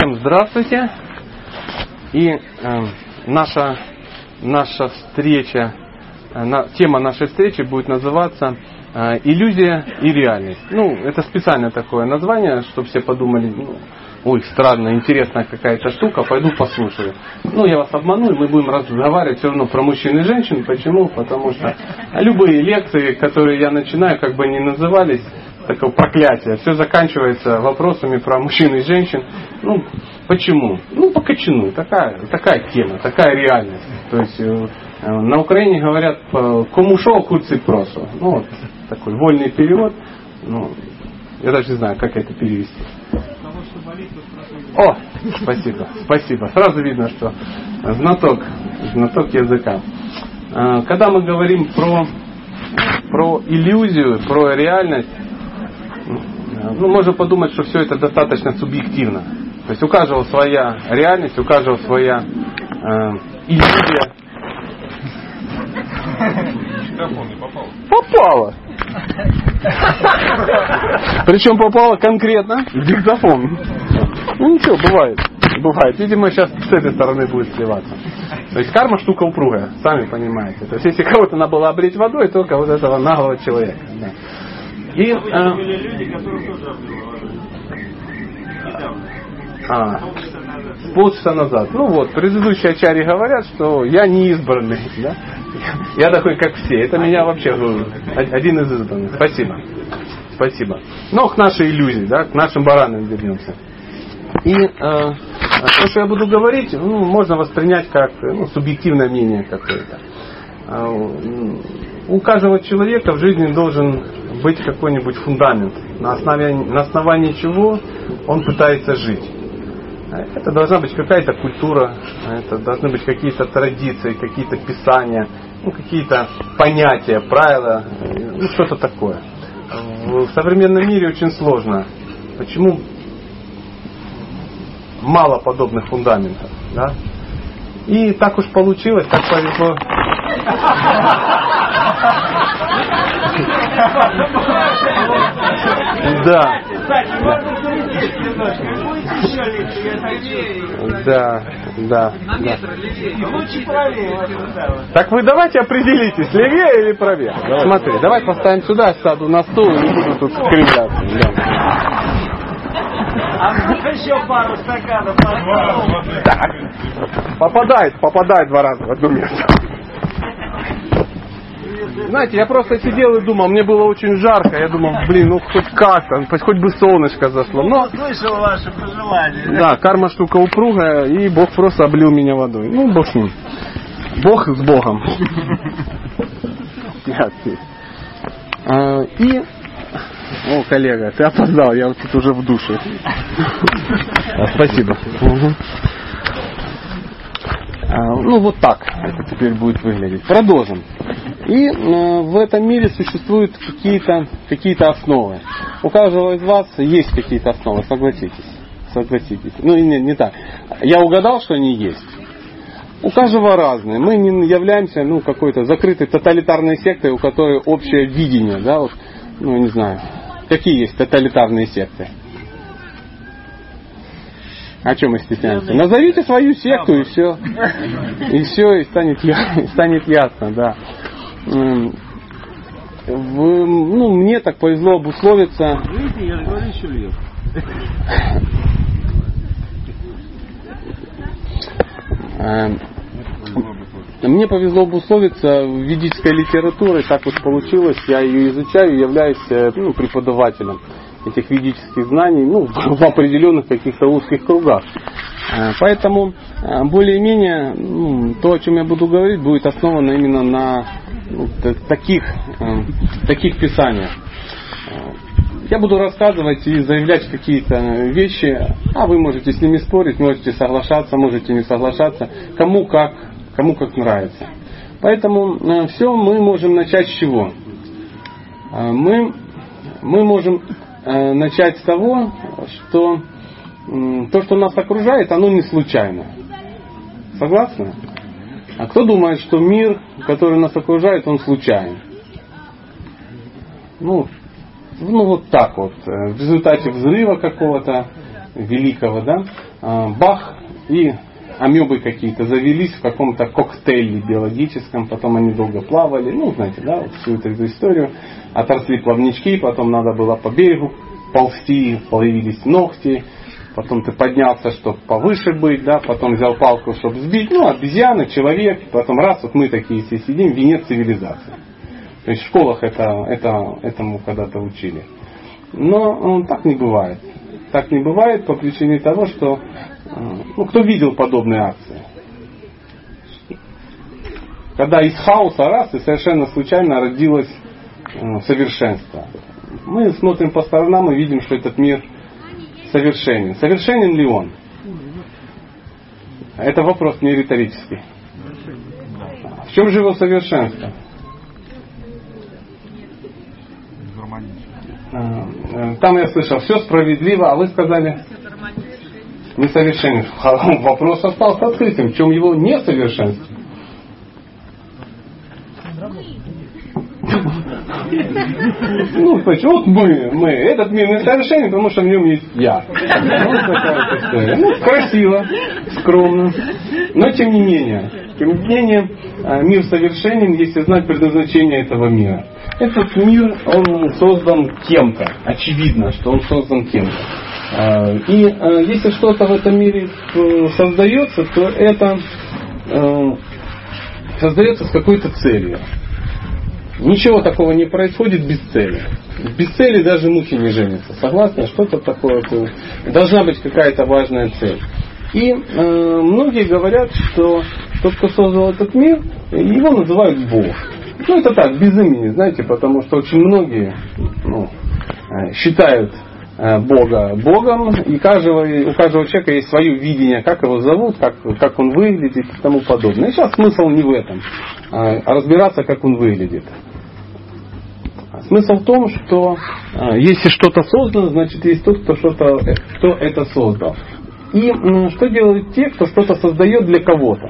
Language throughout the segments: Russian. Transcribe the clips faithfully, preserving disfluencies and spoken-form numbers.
Всем здравствуйте. И э, наша, наша встреча, э, на, тема нашей встречи будет называться э, «Иллюзия и реальность». Ну, это специально такое название, чтобы все подумали, ну, ой, странно, интересная какая-то штука, пойду послушаю. Ну, я вас обману, и мы будем разговаривать все равно про мужчин и женщин. Почему? Потому что любые лекции, которые я начинаю, как бы они назывались, такое проклятие, все заканчивается вопросами про мужчин и женщин. Ну, почему? Ну, по качану. Такая, такая тема, такая реальность. То есть э, на Украине говорят «кому шо, курцы просу». Ну, вот такой вольный перевод. Ну, я даже не знаю, как это перевести. О, спасибо, спасибо. Сразу видно, что знаток, знаток языка. Когда мы говорим про, про иллюзию, про реальность, ну, можно подумать, что все это достаточно субъективно. То есть у каждого своя реальность, у каждого своя э, иллюзия. Попало. Причем попало конкретно в диктофон. Ну ничего, бывает. Бывает. Видимо, сейчас с этой стороны будет сливаться. То есть карма штука упругая, сами понимаете. То есть если кого-то надо было облить водой, только вот этого наглого человека. Да. И, э, были люди, которые тоже обливали. А, полчаса назад. Ну вот, предыдущие ачари говорят, что я не избранный. Да? Я такой, как все. Это меня вообще один из избранных. Спасибо. Спасибо. Но к нашей иллюзии, да, к нашим баранам вернемся. И э, то, что я буду говорить, ну, можно воспринять как ну, субъективное мнение какое-то. Э, у каждого человека в жизни должен быть какой-нибудь фундамент, на основании, на основании чего он пытается жить. Это должна быть какая-то культура, это должны быть какие-то традиции, какие-то писания, ну, какие-то понятия, правила, ну, что-то такое. В современном мире очень сложно. Почему мало подобных фундаментов? Да? И так уж получилось, так повезло. Да. Да, да, да. Так вы давайте определитесь, левее или правее. Смотри, давай поставим сюда, сяду на стул и не буду тут скривляться. Да. А еще пару стаканов. Так. Попадает, попадает два раза в одно место. Знаете, я просто сидел и думал, мне было очень жарко, я думал, блин, ну хоть как-то, хоть бы солнышко зашло. Но, слышал ваши пожелания. Да, карма штука упругая, и Бог просто облил меня водой. Ну, Бог с ним. Бог с Богом. И, о, коллега, ты опоздал, я вот тут уже в душе. Спасибо. Ну, вот так это теперь будет выглядеть. Продолжим. И э, в этом мире существуют какие-то, какие-то основы. У каждого из вас есть какие-то основы, согласитесь. Согласитесь. Ну, не, не так. Я угадал, что они есть. У каждого разные. Мы не являемся ну, какой-то закрытой тоталитарной сектой, у которой общее видение. Да, вот, ну, не знаю. Какие есть тоталитарные секты? О чем мы стесняемся? Назовите свою секту и все. И все, и станет, станет ясно, да. В, ну, мне так повезло обусловиться. Видите, я же говорю, еще лет. Мне повезло обусловиться ведической литературой, так вот получилось, я ее изучаю, являюсь ну, преподавателем этих ведических знаний ну, в определенных каких-то узких кругах. Поэтому более-менее ну, то, о чем я буду говорить, будет основано именно на ну, таких, таких писаниях. Я буду рассказывать и заявлять какие-то вещи, а вы можете с ними спорить, можете соглашаться, можете не соглашаться, кому как, кому как нравится. Поэтому все мы можем начать с чего? Мы, мы можем начать с того, что то, что нас окружает, оно не случайно. Согласны? А кто думает, что мир, который нас окружает, он случайен? Ну, ну вот так вот. В результате взрыва какого-то великого, да, бах, и амебы какие-то завелись в каком-то коктейле биологическом, потом они долго плавали, ну, знаете, да, вот всю эту, эту историю, отросли плавнички, потом надо было по берегу ползти, появились ногти, потом ты поднялся, чтобы повыше быть, да, потом взял палку, чтобы сбить, ну, обезьяна, человек, потом раз, вот мы такие все сидим, венец цивилизации. То есть в школах это, это, этому когда-то учили. Но э, так не бывает. Так не бывает по причине того, что э, ну, кто видел подобные акции? Когда из хаоса раз и совершенно случайно родилось э, совершенство. Мы смотрим по сторонам и видим, что этот мир совершенен. Совершенен ли он? Это вопрос не риторический. В чем же его совершенство? Там я слышал, все справедливо, а вы сказали несовершенен. Вопрос остался открытым. В чем его несовершенство? Ну, значит, вот мы, мы, этот мир несовершенен, потому что в нем есть я. Вот такая вот история. Ну, красиво, скромно. Но тем не менее, тем не менее, мир совершенен, если знать предназначение этого мира. Этот мир, он создан кем-то. Очевидно, что он создан кем-то. И если что-то в этом мире создается, то это создается с какой-то целью. Ничего такого не происходит без цели. Без цели даже мухи не женятся. Согласны? Что-то такое. Должна быть какая-то важная цель. И э, многие говорят, что тот, кто создал этот мир, его называют Бог. Ну, это так, без имени, знаете, потому что очень многие ну, считают Бога Богом, и каждого, у каждого человека есть свое видение, как его зовут, как, как он выглядит и тому подобное. И сейчас смысл не в этом, а разбираться, как он выглядит. Смысл в том, что если что-то создано, значит есть тот, кто, что-то, кто это создал. И что делают те, кто что-то создает для кого-то?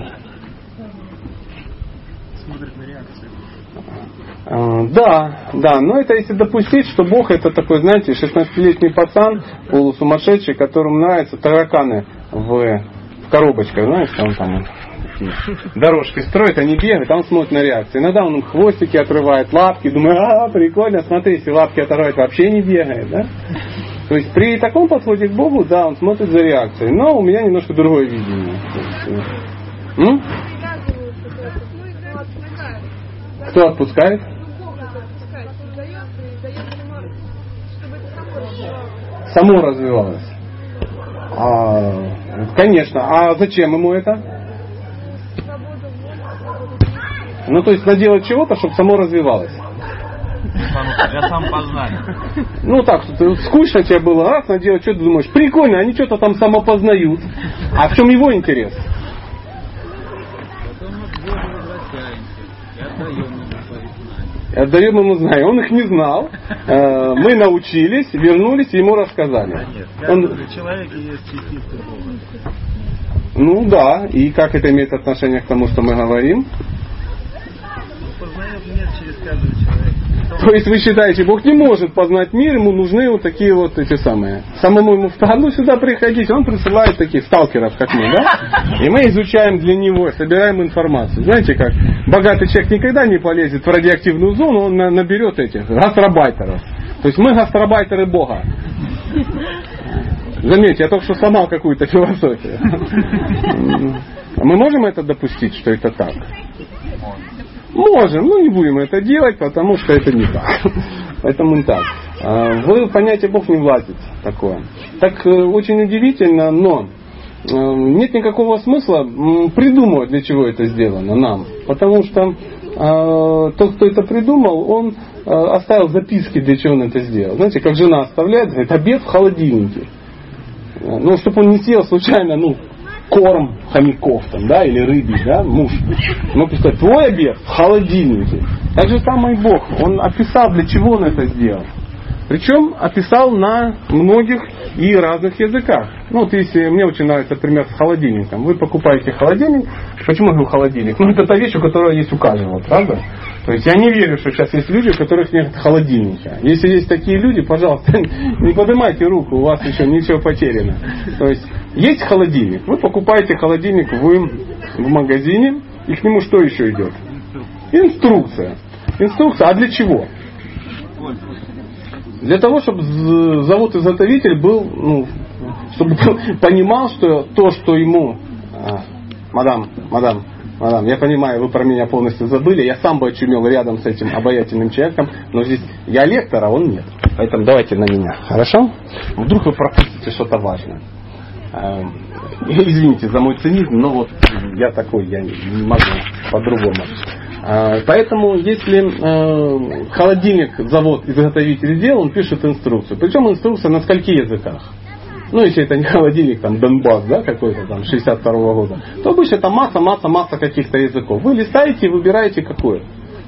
Да, да, но это если допустить, что Бог это такой, знаете, шестнадцатилетний пацан, полусумасшедший, которому нравятся тараканы в, в коробочках, знаешь, там, там такие дорожки строит, они бегают, а он смотрит на реакцию. Иногда он им хвостики отрывает, лапки, думает, а, прикольно, смотри, если лапки оторвать, вообще не бегает, да? То есть при таком подходе к Богу, да, он смотрит за реакцией, но у меня немножко другое видение. М? Кто отпускает? Само развивалось. А, конечно. А зачем ему это? Ну, то есть наделать чего-то, чтобы само развивалось. Для самопознания. Ну так, скучно тебе было, раз наделать, что ты думаешь? Прикольно, они что-то там самопознают. А в чем его интерес? Отдаем ему знания. Он их не знал. Мы научились, вернулись и ему рассказали. Нет, Он... человек есть частица Бога. Ну да, и как это имеет отношение к тому, что мы говорим? Познает мир через каждого человека. То есть вы считаете, Бог не может познать мир, ему нужны вот такие вот эти самые. Самому ему в Тагану сюда приходить, он присылает таких сталкеров, как мы, да? И мы изучаем для него, собираем информацию. Знаете как? Богатый человек никогда не полезет в радиоактивную зону, он наберет этих гастарбайтеров. То есть мы гастарбайтеры Бога. Заметьте, я только что сломал какую-то философию. Мы можем это допустить, что это так? Можем, но не будем это делать, потому что это не так. Поэтому не так. В понятие Бог не влазит такое. Так очень удивительно, но нет никакого смысла придумывать, для чего это сделано нам. Потому что тот, кто это придумал, он оставил записки, для чего он это сделал. Знаете, как жена оставляет, говорит, обед в холодильнике. Ну, чтобы он не съел случайно, ну, корм хомяков там, да, или рыбий, да, муж. Ну, представь, твой обед в холодильнике. Так же самое и Бог. Он описал, для чего он это сделал. Причем описал на многих и разных языках. Ну вот если мне очень нравится пример с холодильником. Вы покупаете холодильник. Почему я говорю холодильник? Ну это та вещь, у которой есть у каждого, правда? То есть я не верю, что сейчас есть люди, у которых нет холодильника. Если есть такие люди, пожалуйста, не поднимайте руку, у вас еще ничего потеряно. То есть есть холодильник. Вы покупаете холодильник в, в магазине, и к нему что еще идет? Инструкция. Инструкция. А для чего? Для того, чтобы завод-изготовитель был, ну, чтобы понимал, что то, что ему... А, мадам, мадам, мадам, я понимаю, вы про меня полностью забыли. Я сам бы очумел рядом с этим обаятельным человеком, но здесь я лектор, а он нет. Поэтому давайте на меня. Хорошо? Вдруг вы пропустите что-то важное. Извините за мой цинизм, но вот я такой, я не могу по-другому. Поэтому, если э, холодильник завод-изготовитель сделал, он пишет инструкцию. Причем инструкция на скольких языках. Ну, если это не холодильник, там, Донбасс, да, какой-то там, шестьдесят второго года, то обычно там масса, масса, масса каких-то языков. Вы листаете и выбираете какой.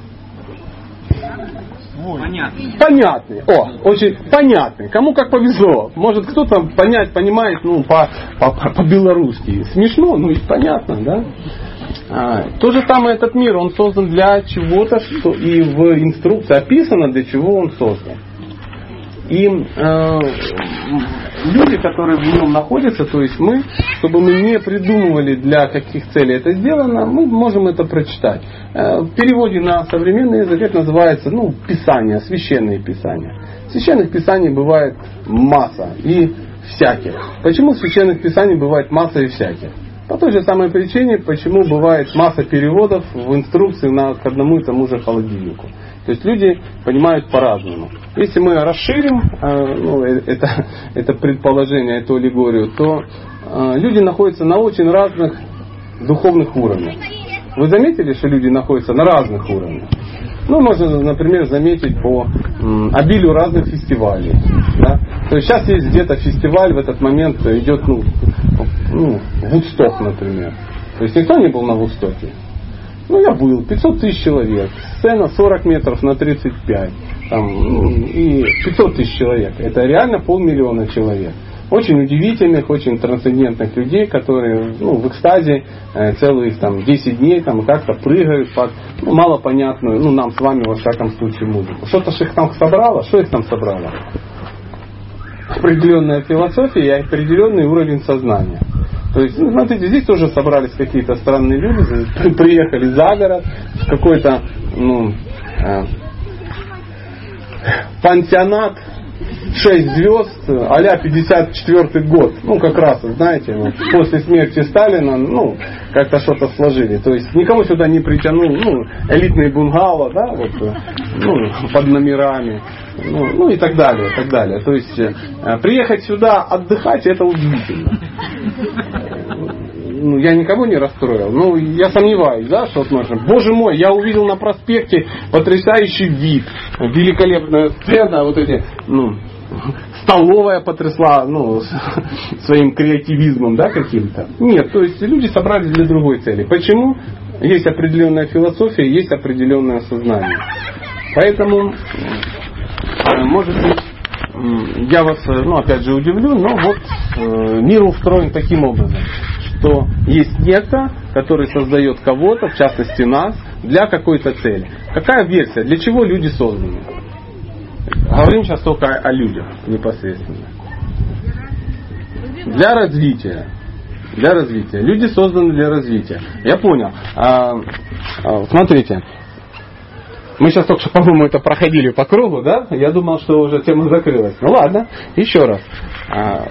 Понятный. Понятный. О, очень понятный. Кому как повезло. Может кто-то понять, понимает, ну, по, по, по-белорусски. Смешно, ну и понятно, да? А, то же самое этот мир, он создан для чего-то, что и в инструкции описано, для чего он создан. И э, люди, которые в нем находятся, то есть мы, чтобы мы не придумывали, для каких целей это сделано, мы можем это прочитать. Э, в переводе на современный язык это называется, ну, писание, священные писания. Священных писаний бывает масса и всяких. Почему священных писаний бывает масса и всяких? По той же самой причине, почему бывает масса переводов в инструкции на, к одному и тому же холодильнику. То есть люди понимают по-разному. Если мы расширим э, ну, это, это предположение, эту аллегорию, то э, люди находятся на очень разных духовных уровнях. Вы заметили, что люди находятся на разных уровнях? Ну, можно, например, заметить по м, обилию разных фестивалей. Да? То есть сейчас есть где-то фестиваль, в этот момент идет, ну, ну, Вудсток, например. То есть никто не был на Вудстоке. Ну, я был, пятьсот тысяч человек. Сцена сорок метров на тридцать пять. Там, ну, и пятьсот тысяч человек. Это реально полмиллиона человек. Очень удивительных, очень трансцендентных людей, которые, ну, в экстазе э, целых там, десять дней там, как-то прыгают под, ну, малопонятную, ну, нам с вами во всяком случае музыку. Что-то же их там собрало? Что их там собрало? Определенная философия и определенный уровень сознания. То есть, ну, смотрите, здесь тоже собрались какие-то странные люди, приехали за город, в какой-то, ну, э, пансионат, шесть звезд, а-ля пятьдесят четвёртый год. Ну, как раз, знаете, вот, после смерти Сталина, ну, как-то что-то сложили. То есть, никого сюда не притянул, ну, элитные бунгало, да, вот, ну, под номерами, ну, ну, и так далее, и так далее. То есть, э, приехать сюда отдыхать, это удивительно. Ну, я никого не расстроил. Ну, я сомневаюсь, да, что можно. Боже мой, я увидел на проспекте потрясающий вид, великолепная сцена, вот эти, ну, столовая потрясла, ну, своим креативизмом, да, каким-то. Нет, то есть люди собрались для другой цели. Почему? Есть определенная философия, есть определенное сознание. Поэтому, может быть, я вас, ну, опять же, удивлю, но вот мир устроен таким образом, что есть некто, который создает кого-то, в частности нас, для какой-то цели. Какая версия? Для чего люди созданы? Говорим сейчас только о людях непосредственно. Для развития. Для развития. Люди созданы для развития. Я понял. А, а, смотрите. Мы сейчас только что, по-моему, это проходили по кругу, да? Я думал, что уже тема закрылась. Ну ладно, еще раз. А,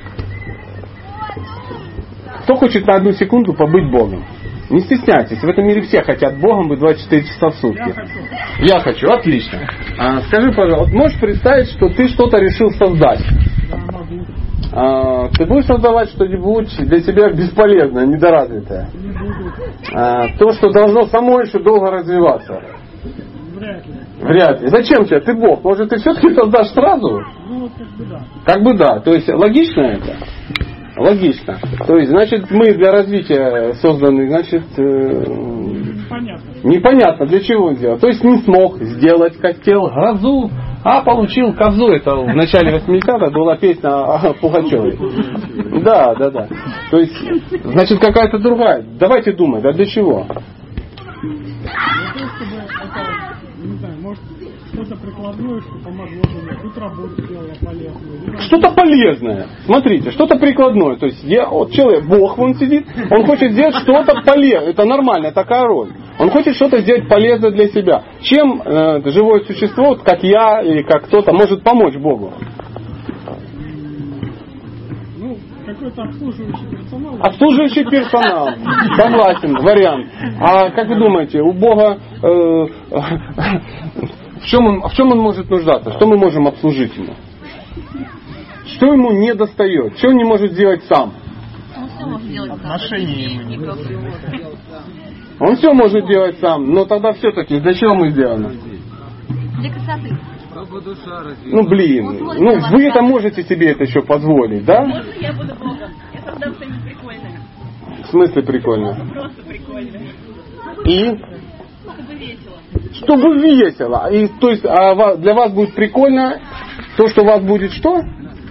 кто хочет на одну секунду побыть Богом? Не стесняйтесь, в этом мире все хотят Богом быть двадцать четыре часа в сутки. Я хочу. Я хочу, отлично. А, скажи, пожалуйста, можешь представить, что ты что-то решил создать? Да, могу. А, ты будешь создавать что-нибудь для себя бесполезное, недоразвитое? Не буду. А, то, что должно само еще долго развиваться? Вряд ли. Вряд ли. Зачем тебе? Ты Бог. Может, ты все-таки создашь сразу? Ну, как бы да. Как бы да. То есть, логично это? Логично. То есть, значит, мы для развития созданы, значит, э, Непонятно. непонятно для чего сделать. То есть, не смог сделать, хотел грозу А получил козу, это в начале восьмидесятых была песня о Пугачевой. Да, да, да. То есть, значит, какая-то другая. Давайте думать, а для чего? Не знаю, может, что-то прикладное, что помогло бы, тут работу сделала полезную. Что-то полезное. Смотрите, что-то прикладное. То есть я, вот человек, Бог вон сидит, он хочет сделать что-то полезное. Это нормальная такая роль. Он хочет что-то сделать полезное для себя. Чем э, живое существо, вот как я или как кто-то, может помочь Богу? Ну, какой-то обслуживающий персонал. Обслуживающий персонал. Согласен, вариант. А как вы думаете, у Бога э, в, чем он, в чем он может нуждаться? Что мы можем обслужить ему? Что ему не достает? Что он не может сделать сам? Он все может делать сам. Отношения ему не Он все может делать сам, но тогда все-таки для чего мы сделаны? Для красоты. Ну блин, ну вы это можете себе это еще позволить, да? Можно я буду Богом? Я создам что-нибудь прикольное. В смысле прикольно? Просто прикольное. И? Чтобы весело. Чтобы весело. И, то есть а для вас будет прикольно то, что у вас будет что?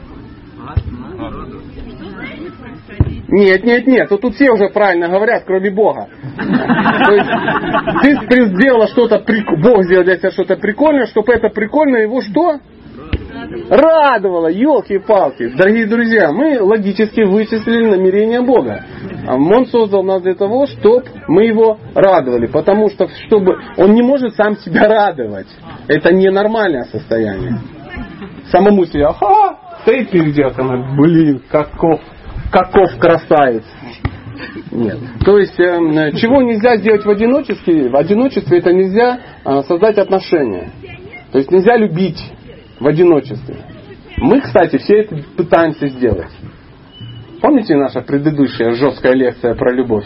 Нет, нет, нет. Вот тут все уже правильно говорят, кроме Бога. То есть ты сделала что-то прикольное, Бог сделал для себя что-то прикольное, чтобы это прикольное его что? Радовало. Елки-палки. Дорогие друзья, мы логически вычислили намерение Бога. Он создал нас для того, чтобы мы его радовали. Потому что чтобы он не может сам себя радовать. Это ненормальное состояние. Самому себе, ага, стоит перед зеркалом, блин, каков. Каков красавец. Нет. То есть, э, чего нельзя сделать в одиночестве? В одиночестве это нельзя э, создать отношения. То есть нельзя любить в одиночестве. Мы, кстати, все это пытаемся сделать. Помните наша предыдущая жесткая лекция про любовь?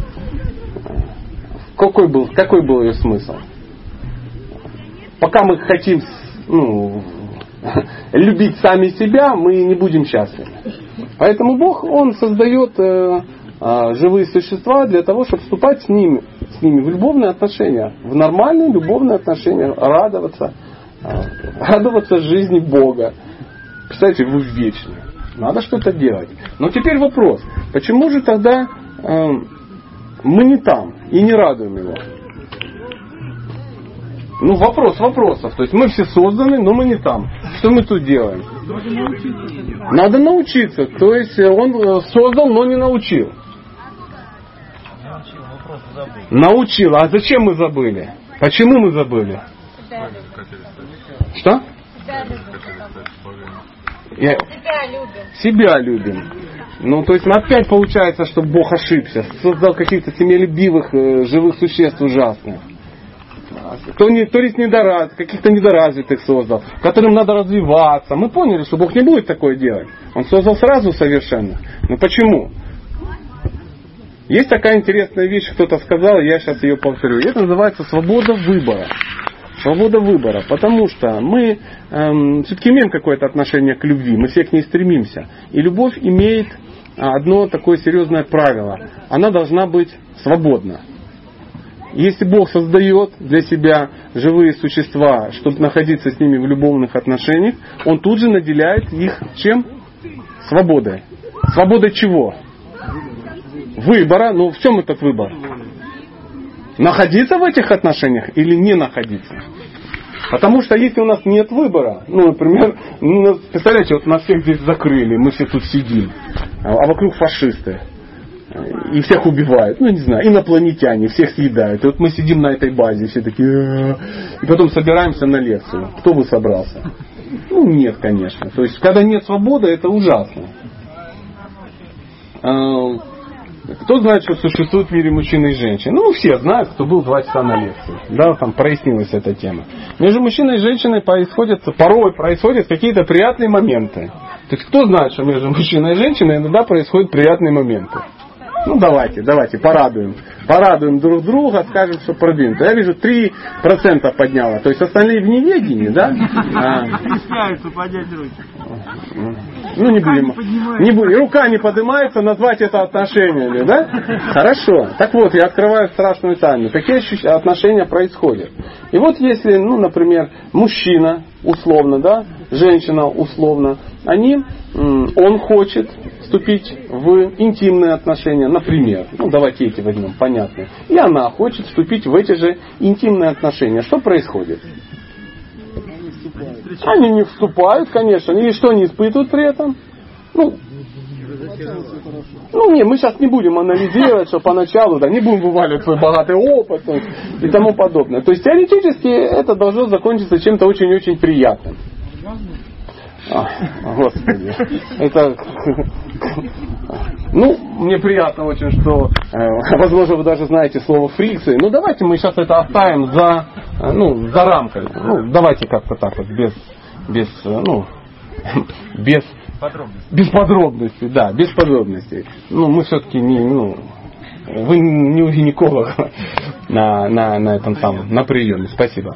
Какой был, какой был ее смысл? Пока мы хотим, ну, любить сами себя, мы не будем счастливы. Поэтому Бог, Он создает э, э, живые существа для того, чтобы вступать с ними, с ними в любовные отношения, в нормальные любовные отношения, радоваться, э, радоваться жизни Бога. Представляете, вы вечны. Надо что-то делать. Но теперь вопрос, почему же тогда э, мы не там и не радуем Его? Ну, вопрос вопросов. То есть мы все созданы, но мы не там. Что мы тут делаем? Надо научиться. То есть он создал, но не научил. Научил. А зачем мы забыли? Почему мы забыли? Что? Я... Себя любим. Себя любим. Ну, то есть опять получается, что Бог ошибся. Создал каких-то семилюбивых э, живых существ ужасных. Кто, не, то есть недораз, каких-то недоразвитых создал, которым надо развиваться. Мы поняли, что Бог не будет такое делать. Он создал сразу совершенно. Но почему? Есть такая интересная вещь, кто-то сказал, я сейчас ее повторю. Это называется свобода выбора. Свобода выбора. Потому что мы эм, все-таки имеем какое-то отношение к любви. Мы все к ней стремимся. И любовь имеет одно такое серьезное правило. Она должна быть свободна. Если Бог создает для себя живые существа, чтобы находиться с ними в любовных отношениях, Он тут же наделяет их чем? Свободой. Свободой чего? Выбора. Ну в чем этот выбор? Находиться в этих отношениях или не находиться? Потому что если у нас нет выбора, ну, например, ну, представляете, вот нас всех здесь закрыли, мы все тут сидим, а вокруг фашисты. И всех убивают, ну не знаю, инопланетяне, всех съедают. И вот мы сидим на этой базе, все такие, и потом собираемся на лекцию. Кто бы собрался? Ну нет, конечно. То есть, когда нет свободы, это ужасно. Кто знает, что существует в мире мужчины и женщин? Ну, все знают, кто был два часа на лекции. Да, там прояснилась эта тема. Между мужчиной и женщиной происходят, порой происходят какие-то приятные моменты. То есть, кто знает, что между мужчиной и женщиной иногда происходят приятные моменты? Ну, давайте, давайте, порадуем. Порадуем друг друга, скажем, что продвинуто. Я вижу, три процента подняло. То есть, остальные в неведении, да? Стесняются поднять руки. Ну, не будем. Не будем. Рука не поднимается, назвать это отношениями, да? Хорошо. Так вот, я открываю страшную тайну. Какие отношения происходят? И вот если, ну, например, мужчина условно, да, женщина условно, они, он хочет вступить в интимные отношения, например, ну давайте эти возьмем, понятно, и она хочет вступить в эти же интимные отношения. Что происходит? Они не вступают, конечно, и что они испытывают при этом? Ну, ну не, мы сейчас не будем анализировать, что поначалу, да, не будем вываливать свой богатый опыт и тому подобное. То есть теоретически это должно закончиться чем-то очень-очень приятным. А, Господи. Это, ну, мне приятно очень, что, э, возможно, вы даже знаете слово фрикции. Ну, давайте мы сейчас это оставим за, э, ну, за рамкой. Ну, давайте как-то так вот, без, без, э, ну, без подробностей. Без подробностей, да, без подробностей. Ну, мы все-таки не, ну, вы не у гинеколога на, на, на этом самом, на приеме. Спасибо.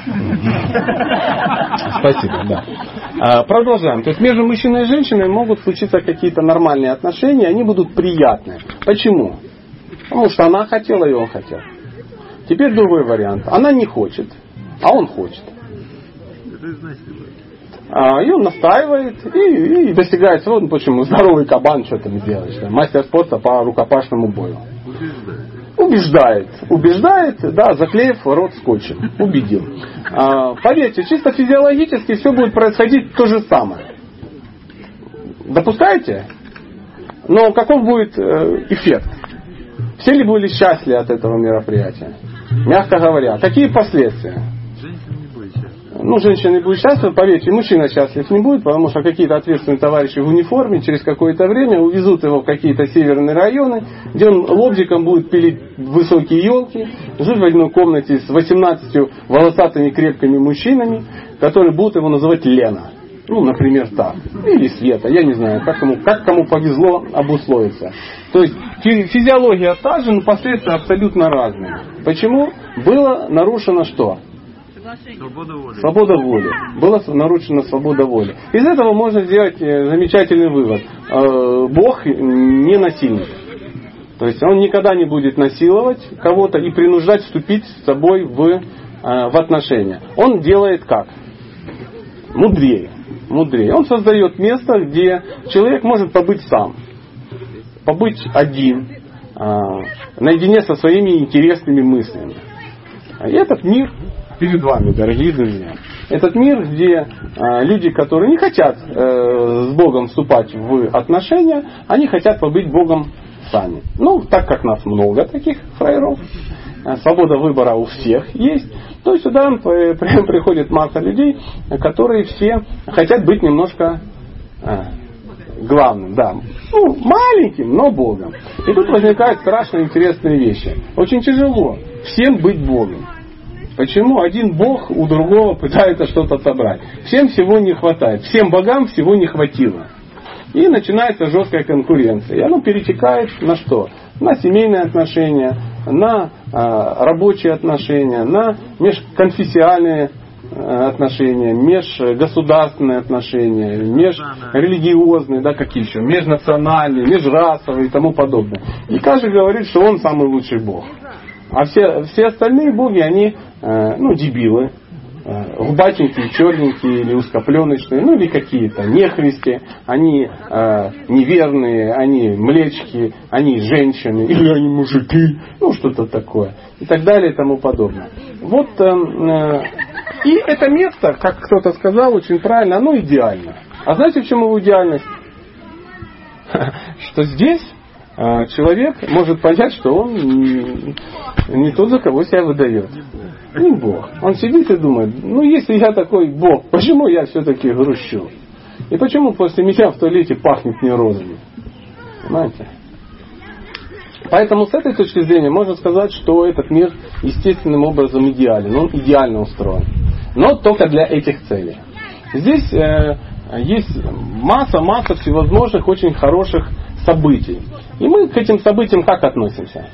Спасибо, да. А, продолжаем. То есть между мужчиной и женщиной могут случиться какие-то нормальные отношения, они будут приятные. Почему? Потому что она хотела и он хотел. Теперь другой вариант. Она не хочет, а он хочет. А, и он настаивает и, и достигает своего, ну почему, здоровый кабан, что там делаешь, да? Мастер спорта по рукопашному бою. Убеждает. Убеждает, да, заклеив рот скотчем. Убедил. А, поверьте, чисто физиологически все будет происходить то же самое. Допускаете? Но каков будет э, эффект? Все ли были счастливы от этого мероприятия? Мягко говоря. Какие последствия? Ну, женщина не будет счастлива, поверьте, мужчина счастлив не будет, потому что какие-то ответственные товарищи в униформе через какое-то время увезут его в какие-то северные районы, где он лобзиком будет пилить высокие елки, жить в одной комнате с восемнадцатью волосатыми крепкими мужчинами, которые будут его называть Лена. Ну, например, так. Или Света, я не знаю, как кому, как кому повезло обусловиться. То есть физиология та же, но последствия абсолютно разные. Почему? Было нарушено что? Свобода воли. Свобода воли. Была нарушена свобода воли. Из этого можно сделать замечательный вывод. Бог не насильник. То есть он никогда не будет насиловать кого-то и принуждать вступить с собой в, в отношения. Он делает как? Мудрее. Мудрее. Он создает место, где человек может побыть сам. Побыть один. Наедине со своими интересными мыслями. И этот мир перед вами, дорогие друзья. Этот мир, где э, люди, которые не хотят э, с Богом вступать в отношения, они хотят побыть Богом сами. Ну, так как нас много таких фраеров, э, свобода выбора у всех есть, то сюда э, приходит масса людей, которые все хотят быть немножко э, главным, да. Ну, маленьким, но Богом. И тут возникают страшно интересные вещи. Очень тяжело всем быть Богом. Почему один бог у другого пытается что-то отобрать? Всем всего не хватает. Всем богам всего не хватило. И начинается жесткая конкуренция. И оно перетекает на что? На семейные отношения, на а, рабочие отношения, на межконфессиональные отношения, межгосударственные отношения, межрелигиозные, да, какие еще, межнациональные, межрасовые и тому подобное. И каждый говорит, что он самый лучший бог. А все, все остальные боги, они, э, ну, дебилы, э, лбатенькие, черненькие или узкопленочные, ну, или какие-то нехристи, они э, неверные, они млечки, они женщины, или они мужики, ну, что-то такое, и так далее, и тому подобное. Вот, э, э, и это место, как кто-то сказал очень правильно, оно идеально. А знаете, в чем его идеальность? Что здесь человек может понять, что он не тот, за кого себя выдает. Не Бог. Он сидит и думает, ну если я такой Бог, почему я все-таки грущу? И почему после меня в туалете пахнет не розами? Понимаете? Поэтому с этой точки зрения можно сказать, что этот мир естественным образом идеален. Он идеально устроен. Но только для этих целей. Здесь э, есть масса-масса всевозможных очень хороших событий. И мы к этим событиям как относимся?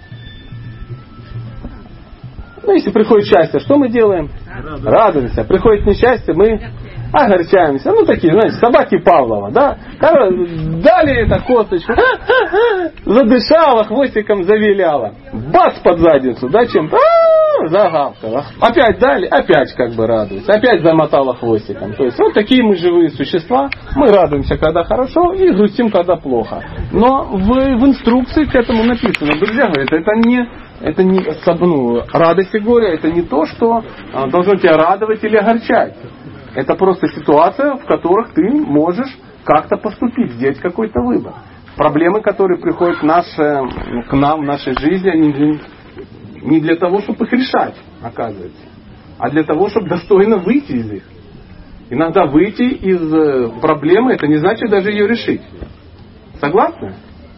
Ну, если приходит счастье, что мы делаем? Радуемся. Радуемся. Приходит несчастье, мы огорчаемся. Ну, такие, знаете, собаки Павлова, да? Дали это косточку, задышала, хвостиком завиляла. Бац под задницу, да, чем-то. Ну, загавкала. Опять дали, опять как бы радуется. Опять замотала хвостиком. То есть вот такие мы живые существа. Мы радуемся, когда хорошо, и грустим, когда плохо. Но в, в инструкции к этому написано. Друзья говорят, это не, это не ну, радость и горе, это не то, что должно тебя радовать или огорчать. Это просто ситуация, в которых ты можешь как-то поступить, сделать какой-то выбор. Проблемы, которые приходят в наше, к нам в нашей жизни, они не для того, чтобы их решать, оказывается, а для того, чтобы достойно выйти из них. Иногда выйти из проблемы, это не значит даже ее решить. Согласны?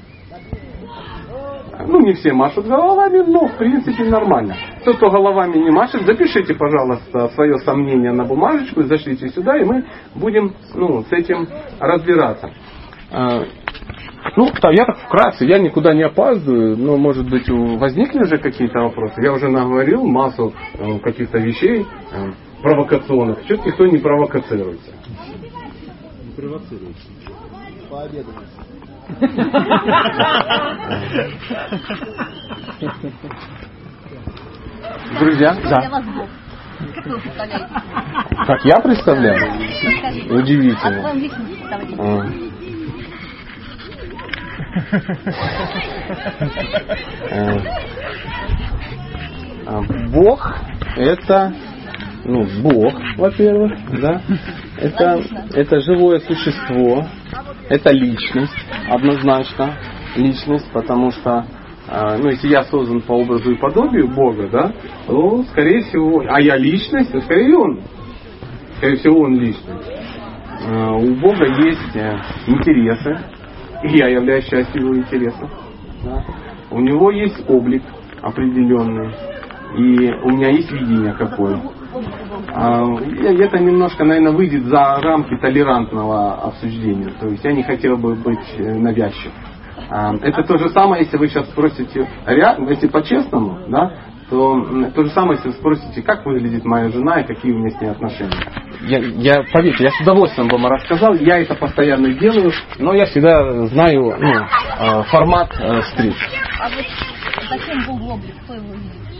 Ну, не все машут головами, но в принципе нормально. Тот, кто головами не машет, запишите, пожалуйста, свое сомнение на бумажечку, зашлите сюда, и мы будем ну, с этим разбираться. Ну, я так вкратце, я никуда не опаздываю, но, может быть, возникли уже какие-то вопросы. Я уже наговорил массу каких-то вещей провокационных. Что-то никто не провокацируется. Не провоцируется. Пообедать. Друзья, да. Как я представляю? Удивительно. Бог это, ну, Бог, во-первых, да, это, это живое существо, это личность, однозначно личность, потому что, ну, если я создан по образу и подобию Бога, да, то, скорее всего, а я личность, то, скорее он, скорее всего, он личность. У Бога есть интересы, и я являюсь частью его интересов. Да. У него есть облик определенный, и у меня есть видение какое. Это немножко, наверное, выйдет за рамки толерантного обсуждения. То есть я не хотел бы быть навязчив. Это то же самое, если вы сейчас спросите, если по-честному, да, то то же самое, если вы спросите, как выглядит моя жена и какие у меня с ней отношения. Я, я, поверьте, я с удовольствием вам рассказал, я это постоянно делаю, но я всегда знаю ну, формат встреч. А вот зачем был облик? Кто его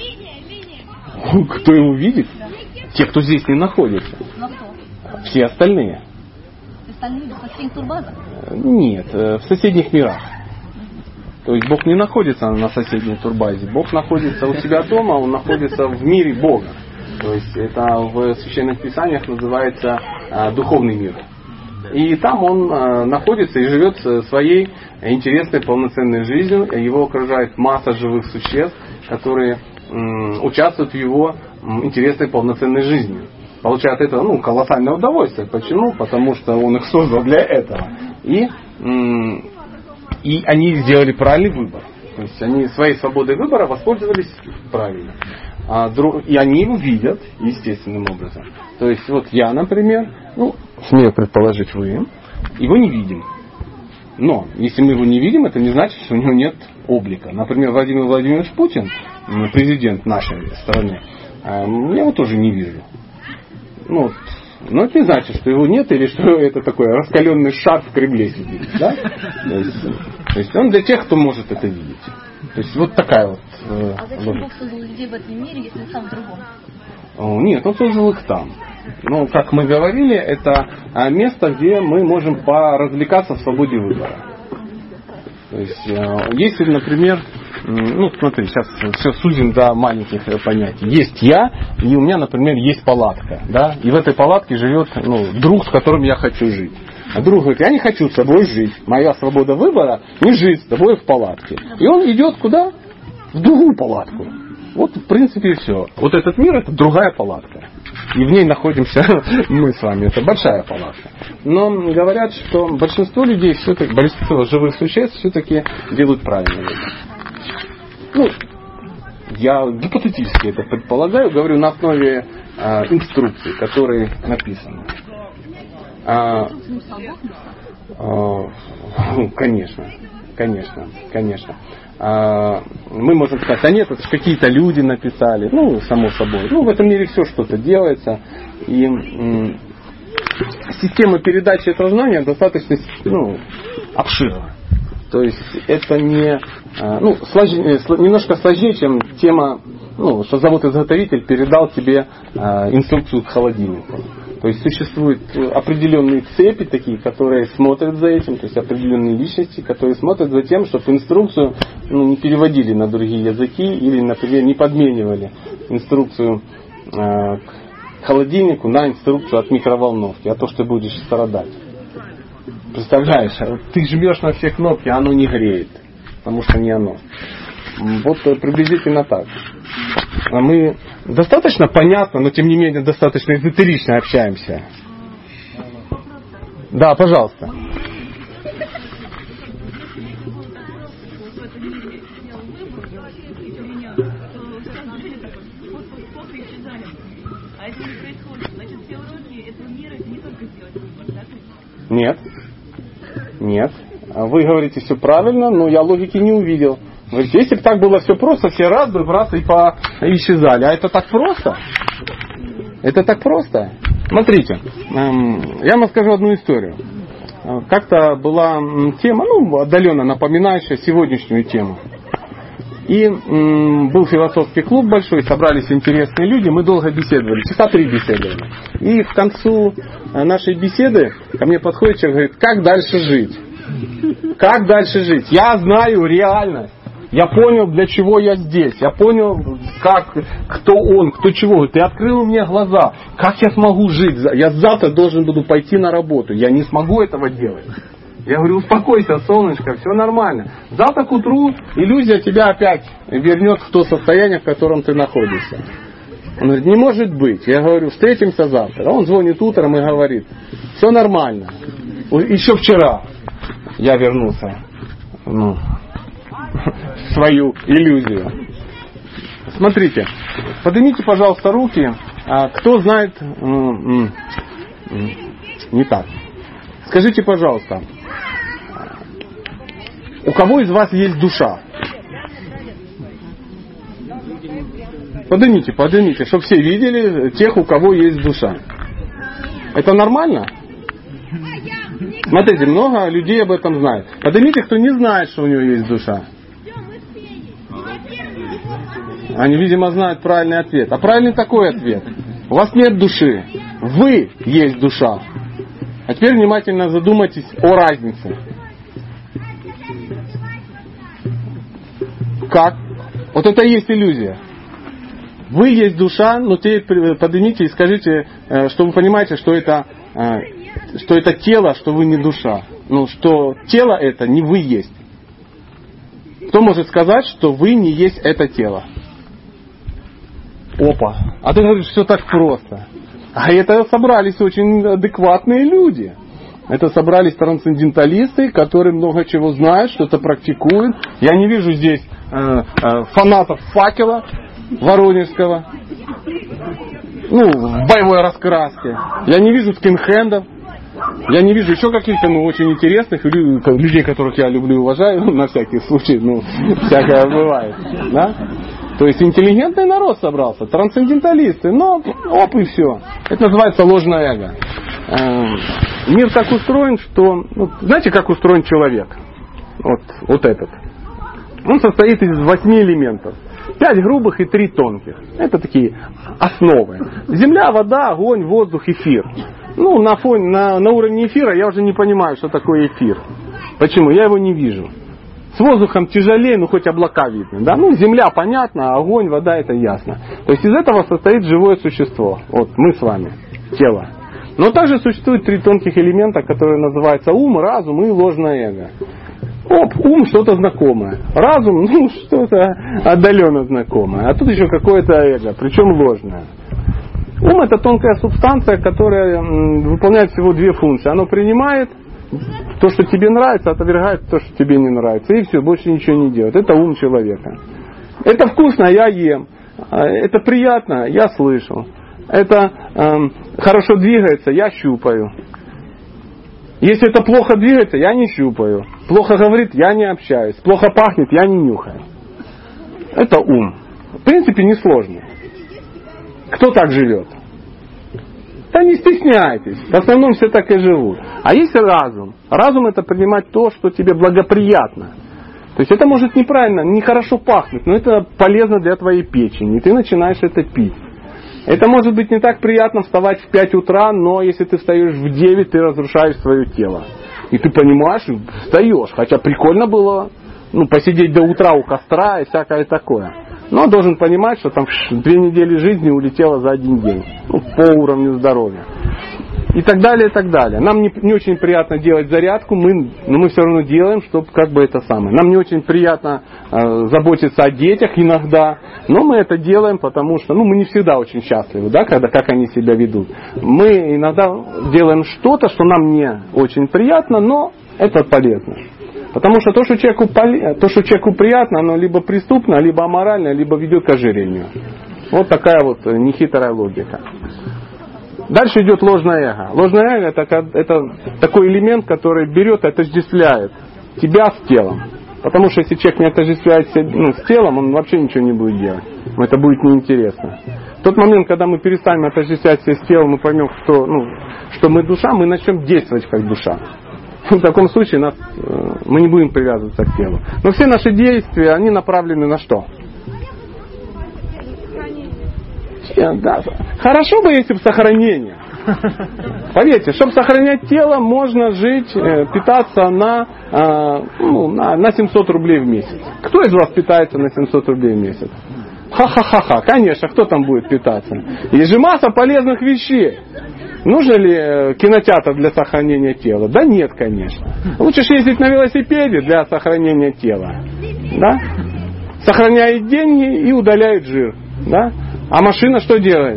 видит? Кто его видит? Да. Те, кто здесь не находится. На кто? Все остальные. Остальные в соседних турбазах? Нет, в соседних мирах. То есть Бог не находится на соседней турбазе. Бог находится у себя дома, Он находится в мире Бога. То есть это в священных писаниях называется а, духовный мир. И там он а, находится и живет своей интересной полноценной жизнью. Его окружает масса живых существ, которые м, участвуют в его м, интересной полноценной жизни. Получают это ну, колоссальное удовольствие. Почему? Потому что он их создал для этого. И, м, и они сделали правильный выбор. То есть они своей свободой выбора воспользовались правильно. И они его видят естественным образом. То есть вот я, например, ну, смею предположить вы, его не видим. Но если мы его не видим, это не значит, что у него нет облика. Например, Владимир Владимирович Путин, президент нашей страны, я его тоже не вижу. Ну, но это не значит, что его нет или что это такой раскаленный шар в Кремле сидит. Да? То есть, то есть он для тех, кто может это видеть. То есть вот такая вот. Э, а зачем Бог создал людей в этом мире, если сам в другом? О, нет, он создал их там. Ну, как мы говорили, это место, где мы можем поразвлекаться в свободе выбора. То есть, э, если, например, ну, смотри, сейчас все сузим до маленьких понятий. Есть я, и у меня, например, есть палатка, да, и в этой палатке живет ну, друг, с которым я хочу жить. А друг говорит, я не хочу с тобой жить. Моя свобода выбора не жить с тобой в палатке. И он идет куда? В другую палатку. Вот, в принципе, и все. Вот этот мир, это другая палатка. И в ней находимся мы с вами. Это большая палатка. Но говорят, что большинство людей, все-таки, большинство живых существ все-таки делают правильный выбор. Ну, я гипотетически это предполагаю, говорю на основе э, инструкций, которые написаны. А, а, ну, конечно, конечно, конечно. А, мы можем сказать, а нет, это какие-то люди написали, ну, само собой. Ну, в этом мире все что-то делается. И м, система передачи этого знания достаточно ну, обширна. То есть это не, ну, сложнее, немножко сложнее, чем тема ну, что завод-изготовитель передал тебе э, инструкцию к холодильнику. То есть существуют определенные цепи такие, которые смотрят за этим, то есть определенные личности, которые смотрят за тем, чтобы инструкцию ну, не переводили на другие языки или, например, не подменивали инструкцию э, к холодильнику на инструкцию от микроволновки, а то, что ты будешь страдать. Представляешь, ты жмешь на все кнопки, а оно не греет, потому что не оно. Вот приблизительно так. Мы достаточно понятно, но тем не менее достаточно эзотерично общаемся. Да, пожалуйста. Нет. Нет. Вы говорите все правильно, но я логики не увидел. Говорите, если бы так было все просто, все раз бы раз и по... исчезали. А это так просто? Это так просто? Смотрите, я вам скажу одну историю. Как-то была тема, ну, отдаленно напоминающая сегодняшнюю тему. И м, был философский клуб большой, собрались интересные люди, мы долго беседовали, часа три беседовали. И к концу нашей беседы ко мне подходит человек и говорит, как дальше жить? Как дальше жить? Я знаю реальность. Я понял, для чего я здесь. Я понял, как, кто он, кто чего. Ты открыл мне глаза. Как я смогу жить? Я завтра должен буду пойти на работу. Я не смогу этого делать. Я говорю, успокойся, солнышко, все нормально. Завтра к утру иллюзия тебя опять вернет в то состояние, в котором ты находишься. Он говорит, не может быть. Я говорю, встретимся завтра. Он звонит утром и говорит, все нормально. Еще вчера я вернулся ну, в свою иллюзию. Смотрите, поднимите, пожалуйста, руки. Кто знает... Не так. Скажите, пожалуйста, у кого из вас есть душа? Поднимите, поднимите, чтобы все видели тех, у кого есть душа. Это нормально? Смотрите, много людей об этом знает. Поднимите, кто не знает, что у него есть душа. Они, видимо, знают правильный ответ. А правильный такой ответ. У вас нет души. Вы есть душа. А теперь внимательно задумайтесь о разнице. Как? Вот это и есть иллюзия. Вы есть душа, но теперь поднимите и скажите, что вы понимаете, что это, что это тело, что вы не душа. Ну, что тело это не вы есть. Кто может сказать, что вы не есть это тело? Опа. А ты говоришь, все так просто. А это собрались очень адекватные люди. Это собрались трансценденталисты, которые много чего знают, что-то практикуют. Я не вижу здесь э, э, фанатов факела воронежского, ну, в боевой раскраске. Я не вижу скинхендов. Я не вижу еще каких-то ну, очень интересных людей, которых я люблю и уважаю, на всякий случай, ну, всякое бывает. Да? То есть интеллигентный народ собрался, трансценденталисты, но оп и все. Это называется ложное эго. Мир так устроен, что... Ну, знаете, как устроен человек? Вот, вот этот. Он состоит из восьми элементов. Пять грубых и три тонких. Это такие основы. Земля, вода, огонь, воздух, эфир. Ну, на, фоне, на, на уровне эфира я уже не понимаю, что такое эфир. Почему? Я его не вижу. С воздухом тяжелее, ну хоть облака видны. Да? Ну, земля понятно, а огонь, вода это ясно. То есть из этого состоит живое существо. Вот мы с вами. Тело. Но также существует три тонких элемента, которые называются ум, разум и ложное эго. Оп, ум что-то знакомое. Разум, ну, что-то отдаленно знакомое. А тут еще какое-то эго, причем ложное. Ум это тонкая субстанция, которая выполняет всего две функции. Оно принимает то, что тебе нравится, отвергает то, что тебе не нравится. И все, больше ничего не делает. Это ум человека. Это вкусно, я ем. Это приятно, я слышу. Это э, хорошо двигается, я щупаю. Если это плохо двигается, я не щупаю. Плохо говорит, я не общаюсь. Плохо пахнет, я не нюхаю. Это ум. В принципе, несложно. Кто так живет? Да не стесняйтесь. В основном все так и живут. А есть разум. Разум это принимать то, что тебе благоприятно. То есть это может неправильно, нехорошо пахнуть, но это полезно для твоей печени, и ты начинаешь это пить. Это может быть не так приятно вставать в пять утра, но если ты встаешь в девять, ты разрушаешь свое тело. И ты понимаешь, встаешь, хотя прикольно было ну, посидеть до утра у костра и всякое такое. Но должен понимать, что там две недели жизни улетело за один день. Ну, по уровню здоровья. И так далее, и так далее. Нам не, не очень приятно делать зарядку, мы, но мы все равно делаем, чтобы как бы это самое. Нам не очень приятно э, заботиться о детях иногда, но мы это делаем, потому что ну, мы не всегда очень счастливы, да, когда, как они себя ведут. Мы иногда делаем что-то, что нам не очень приятно, но это полезно. Потому что то, что человеку, то, что человеку приятно, оно либо преступно, либо аморально, либо ведет к ожирению. Вот такая вот нехитрая логика. Дальше идет ложное эго. Ложное эго это, это такой элемент, который берет и отождествляет тебя с телом. Потому что если человек не отождествляет себя ну, с телом, он вообще ничего не будет делать. Это будет неинтересно. В тот момент, когда мы перестанем отождествлять себя с телом, мы поймем, что, ну, что мы душа, мы начнем действовать как душа. В таком случае нас, мы не будем привязываться к телу. Но все наши действия, они направлены на что? Да. Хорошо бы, если бы сохранение. Поверьте, чтобы сохранять тело, можно жить, питаться на, ну, на, на семьсот рублей в месяц. Кто из вас питается на семьсот рублей в месяц? Ха-ха-ха-ха, конечно, кто там будет питаться? Есть же масса полезных вещей. Нужен ли кинотеатр для сохранения тела? Да нет, конечно. Лучше же ездить на велосипеде для сохранения тела. Да? Сохраняет деньги и удаляет жир. Да? А машина что делает?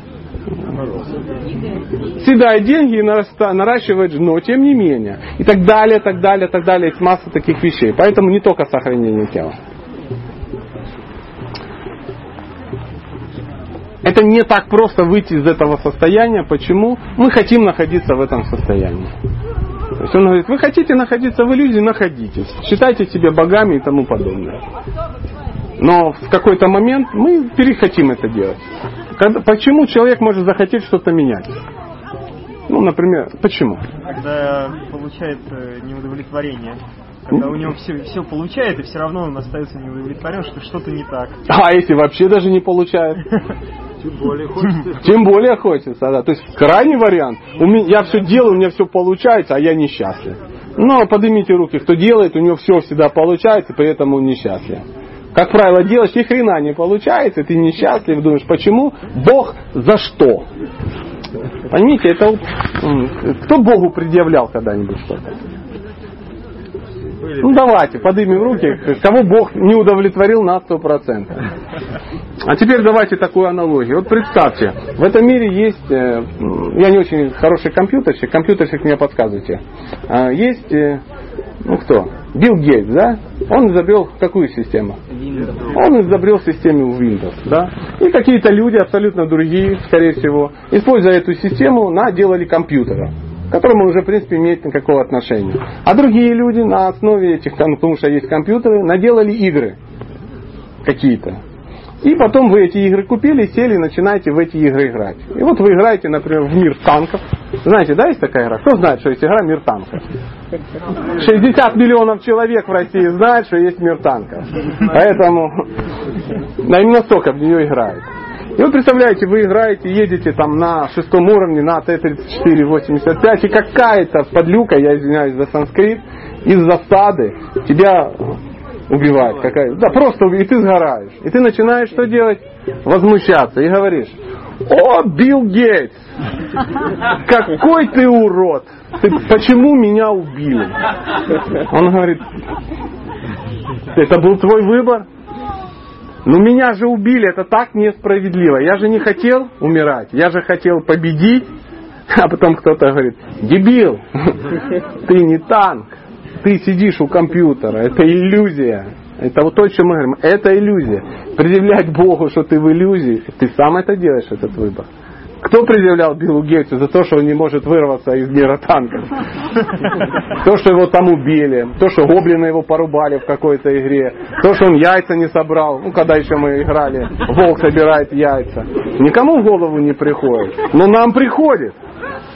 Съедает деньги и наращивает жир, но тем не менее. И так далее, так далее, так далее. Есть масса таких вещей. Поэтому не только сохранение тела. Это не так просто выйти из этого состояния. Почему? Мы хотим находиться в этом состоянии. То есть он говорит, вы хотите находиться в иллюзии, находитесь. Считайте себя богами и тому подобное. Но в какой-то момент мы перехотим это делать. Когда, почему человек может захотеть что-то менять? Ну, например, почему? Когда получает неудовлетворение. Когда у него все, все получает, и все равно он остается неудовлетворен, что что-то не так. А если вообще даже не получает? Тем более хочется. Тем более хочется, да. То есть крайний вариант. У меня, я все делаю, у меня все получается, а я несчастлив. Но поднимите руки, кто делает, у него все всегда получается, при этом он несчастлив. Как правило, делаешь, ни хрена не получается, ты несчастлив, думаешь, почему? Бог за что? Поймите, это кто Богу предъявлял когда-нибудь что-то? Ну давайте, поднимем руки, кого Бог не удовлетворил на сто процентов. А теперь давайте такую аналогию. Вот представьте, в этом мире есть, я не очень хороший компьютерщик, компьютерщик мне подсказывайте. Есть, ну кто? Билл Гейтс, да? Он изобрел какую систему? Он изобрел систему Windows, да? И какие-то люди, абсолютно другие, скорее всего, используя эту систему, наделали компьютера, к которому он уже, в принципе, имеет никакого отношения. А другие люди на основе этих, потому что есть компьютеры, наделали игры какие-то. И потом вы эти игры купили, сели и начинаете в эти игры играть. И вот вы играете, например, в «Мир танков». Знаете, да, есть такая игра? Кто знает, что есть игра «Мир танков»? шестьдесят миллионов человек в России знают, что есть «Мир танков». Поэтому да, именно столько в нее играют. И вот представляете, вы играете, едете там на шестом уровне, на Т тридцать четыре восемьдесят пять, и какая-то подлюка, я извиняюсь за санскрит, из засады тебя убивает. Какая... Да, просто и ты сгораешь. И ты начинаешь что делать? Возмущаться. И говоришь, о, Билл Гейтс, какой ты урод! Ты, почему меня убили? Он говорит, это был твой выбор? Ну меня же убили, это так несправедливо. Я же не хотел умирать, я же хотел победить. А потом кто-то говорит, дебил, ты не танк, ты сидишь у компьютера, это иллюзия. Это вот то, о чем мы говорим, это иллюзия. Предъявлять Богу, что ты в иллюзии, ты сам это делаешь, этот выбор. Кто предъявлял Биллу Гейтсу за то, что он не может вырваться из мира танков? То, что его там убили, то, что гоблины его порубали в какой-то игре, то, что он яйца не собрал, ну, когда еще мы играли, волк собирает яйца. Никому в голову не приходит, но нам приходит.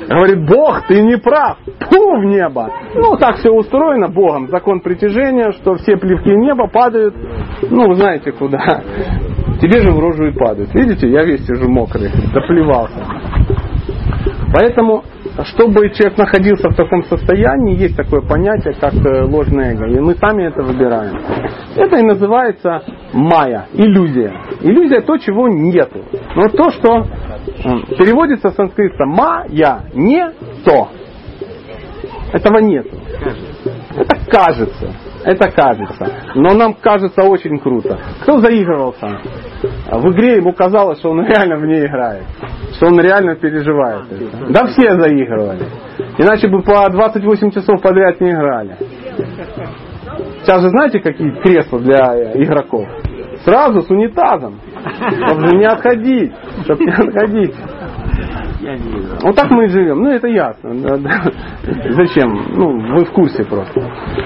Говорит, Бог, ты не прав. Фу, в небо. Ну, так все устроено Богом. Закон притяжения, что все плевки неба падают, ну, вы знаете куда. Тебе же в рожу и падают. Видите, я весь сижу мокрый, доплевался. Поэтому, чтобы человек находился в таком состоянии, есть такое понятие, как ложное эго. И мы сами это выбираем. Это и называется майя, иллюзия. Иллюзия то, чего нету. Но то, что переводится с санскрита майя, не то. Этого нет. Это кажется. Это кажется. Но нам кажется очень круто. Кто заигрывался? В игре ему казалось, что он реально в ней играет. Что он реально переживает это. Да все заигрывали. Иначе бы по двадцать восемь часов подряд не играли. Сейчас же знаете, какие кресла для игроков? Сразу с унитазом. Чтобы не отходить. Чтобы не отходить. Вот так мы и живем. Ну, это ясно. Зачем? Ну, вы в курсе просто.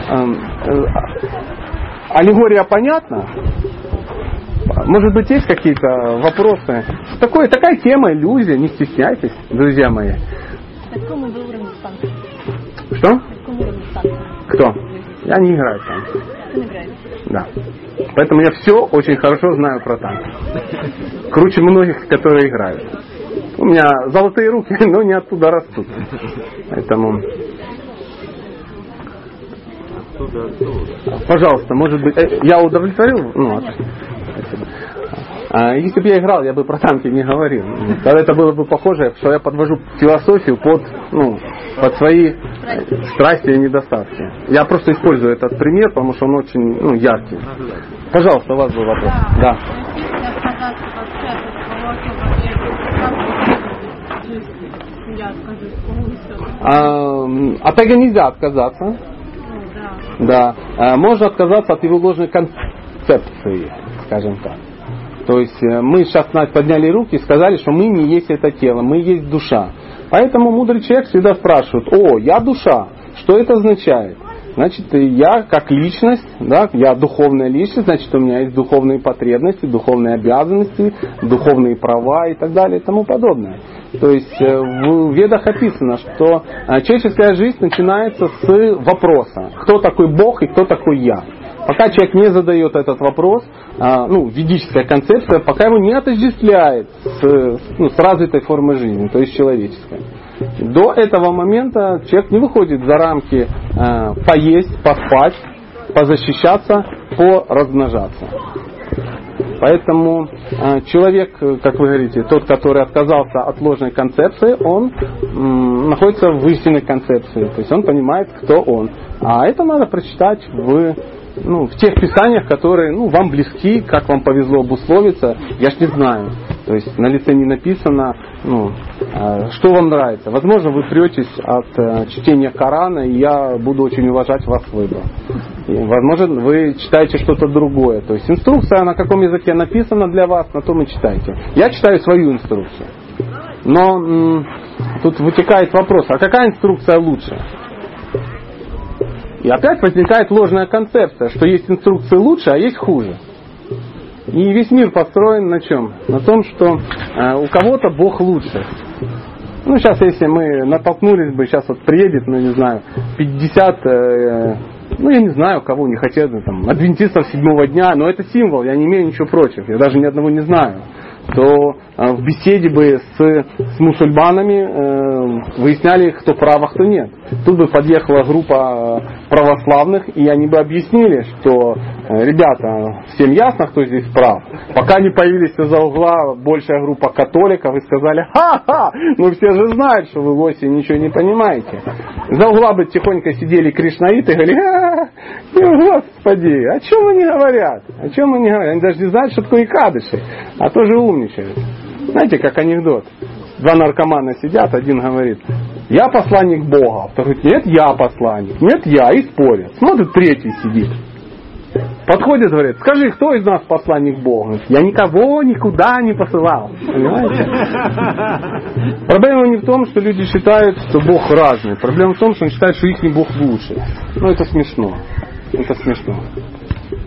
Аллегория понятна? Может быть, есть какие-то вопросы? Такое, такая тема, иллюзия, не стесняйтесь, друзья мои. На каком вы уровне танка? Что? На каком уровне танка? Кто? Я не играю в танки. Ты не играешь? Да. Поэтому я все очень хорошо знаю про танки. Круче многих, которые играют. У меня золотые руки, но не оттуда растут. Поэтому... Пожалуйста, может быть... Я удовлетворил? Ну, спасибо. А если бы я играл, я бы про танки не говорил. Тогда это было бы похоже, что я подвожу философию под, ну, под свои страсти и недостатки. Я просто использую этот пример, потому что он очень, ну, яркий. Пожалуйста, у вас был вопрос. Да. А, от эго нельзя отказаться. Да. А, можно отказаться от его ложной концепции, скажем так. То есть мы сейчас подняли руки и сказали, что мы не есть это тело, мы есть душа. Поэтому мудрый человек всегда спрашивает: о, я душа, что это означает? Значит, я как личность, да, я духовная личность, значит, у меня есть духовные потребности, духовные обязанности, духовные права и так далее и тому подобное. То есть в Ведах описано, что человеческая жизнь начинается с вопроса: кто такой Бог и кто такой я? Пока человек не задает этот вопрос, ну, ведическая концепция, пока его не отождествляет с, ну, с развитой формой жизни, то есть человеческой. До этого момента человек не выходит за рамки э, поесть, поспать, позащищаться, поразмножаться. Поэтому э, человек, как вы говорите, тот, который отказался от ложной концепции, он м, находится в истинной концепции. То есть он понимает, кто он. А это надо прочитать в, ну, в тех писаниях, которые, ну, вам близки, как вам повезло обусловиться, я ж не знаю. То есть на лице не написано, ну, э, что вам нравится. Возможно, вы претесь от э, чтения Корана, и я буду очень уважать ваш выбор. И, возможно, вы читаете что-то другое. То есть инструкция, на каком языке написана для вас, на том и читайте. Я читаю свою инструкцию. Но м- тут вытекает вопрос: а какая инструкция лучше? И опять возникает ложная концепция, что есть инструкции лучше, а есть хуже. И весь мир построен на чем? На том, что э, у кого-то Бог лучше. Ну, сейчас, если мы натолкнулись бы, сейчас вот приедет, ну, не знаю, пятьдесят, э, ну, я не знаю, кого не хотят, там, адвентистов седьмого дня, но это символ, я не имею ничего против, я даже ни одного не знаю, то э, в беседе бы с, с мусульманами э, выясняли, кто прав, а кто нет. Тут бы подъехала группа православных, и они бы объяснили, что э, ребята, всем ясно, кто здесь прав. Пока не появились из-за угла большая группа католиков и сказали: ха-ха, ну все же знают, что вы лоси ничего не понимаете. За угла бы тихонько сидели кришнаиты и говорили: а, господи, о чем они говорят? О чем они говорят? Они даже не знают, что такое икадыши, а тоже умничают. Знаете, как анекдот. Два наркомана сидят, один говорит: я посланник Бога. Второй говорит: нет, я посланник. Нет, я. И спорят. Смотрит, третий сидит. Подходит, говорит: скажи, кто из нас посланник Бога? Говорит: я никого никуда не посылал. Понимаете? Проблема не в том, что люди считают, что Бог разный. Проблема в том, что они считают, что их Бог лучше. Ну, это смешно. Это смешно.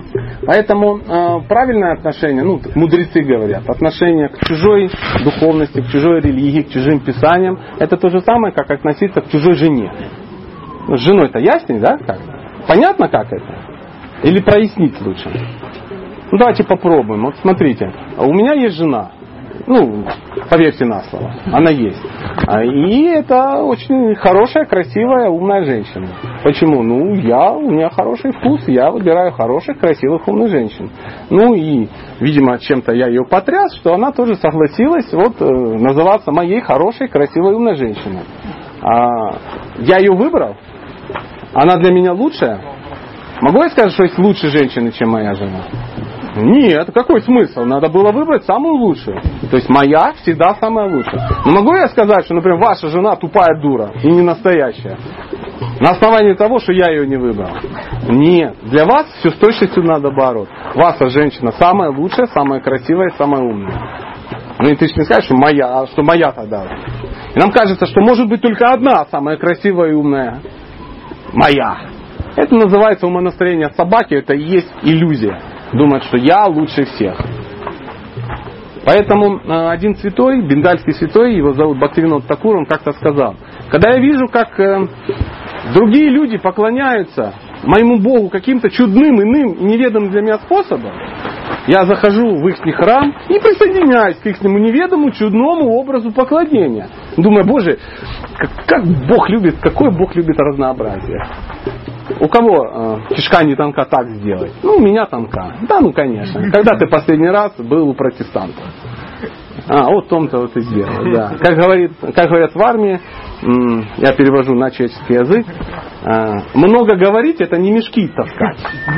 Поэтому э, правильное отношение, ну, так мудрецы говорят, отношение к чужой духовности, к чужой религии, к чужим писаниям, это то же самое, как относиться к чужой жене. Ну, с женой-то ясней, да? Как? Понятно, как это? Или прояснить лучше? Ну, давайте попробуем. Вот смотрите, у меня есть жена. Ну, поверьте на слово, она есть. И это очень хорошая, красивая, умная женщина. Почему? Ну, я, у меня хороший вкус, я выбираю хороших, красивых, умных женщин. Ну и, видимо, чем-то я ее потряс, что она тоже согласилась вот, называться моей хорошей, красивой, умной женщиной. А, я ее выбрал, она для меня лучшая. Могу я сказать, что есть лучше женщины, чем моя жена? Нет, какой смысл? Надо было выбрать самую лучшую. То есть моя всегда самая лучшая. Но могу я сказать, что, например, ваша жена тупая дура и не настоящая? На основании того, что я ее не выбрал. Нет, для вас все с точностью наоборот. Ваша женщина самая лучшая, самая красивая, самая умная. Ну и ты же не скажешь, что моя, что моя тогда. И нам кажется, что может быть только одна самая красивая и умная. Моя. Это называется умонастроение собаки, это и есть иллюзия. Думать, что я лучше всех. Поэтому э, один святой, бенгальский святой, его зовут Бхактивинод Такур, он как-то сказал: когда я вижу, как э, другие люди поклоняются моему Богу каким-то чудным, иным и неведомым для меня способом, я захожу в их храм и присоединяюсь к их неведомому, чудному образу поклонения. Думаю, Боже, как, как Бог любит, какой Бог любит разнообразие. У кого э, кишка не тонка, так сделать? Ну, у меня тонка. Да, ну, конечно. Когда ты последний раз был у протестантов? А, вот в том-то вот и дело, да. Как, говорит, как говорят в армии, м, я перевожу на человеческий язык, э, много говорить — это не мешки таскать.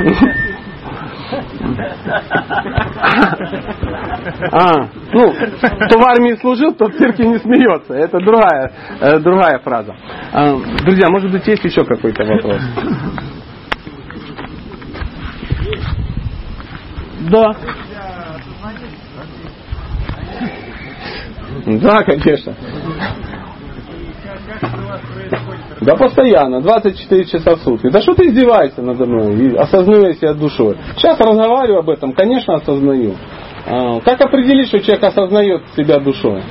А, ну, кто в армии служил, тот в цирке не смеется. Это другая, э, другая фраза. А, друзья, может быть, есть еще какой-то вопрос? Да. Да, конечно. Да постоянно, двадцать четыре часа в сутки. Да что ты издеваешься надо мной, осознаю себя душой. Сейчас разговариваю об этом, конечно, осознаю. А, как определить, что человек осознает себя душой?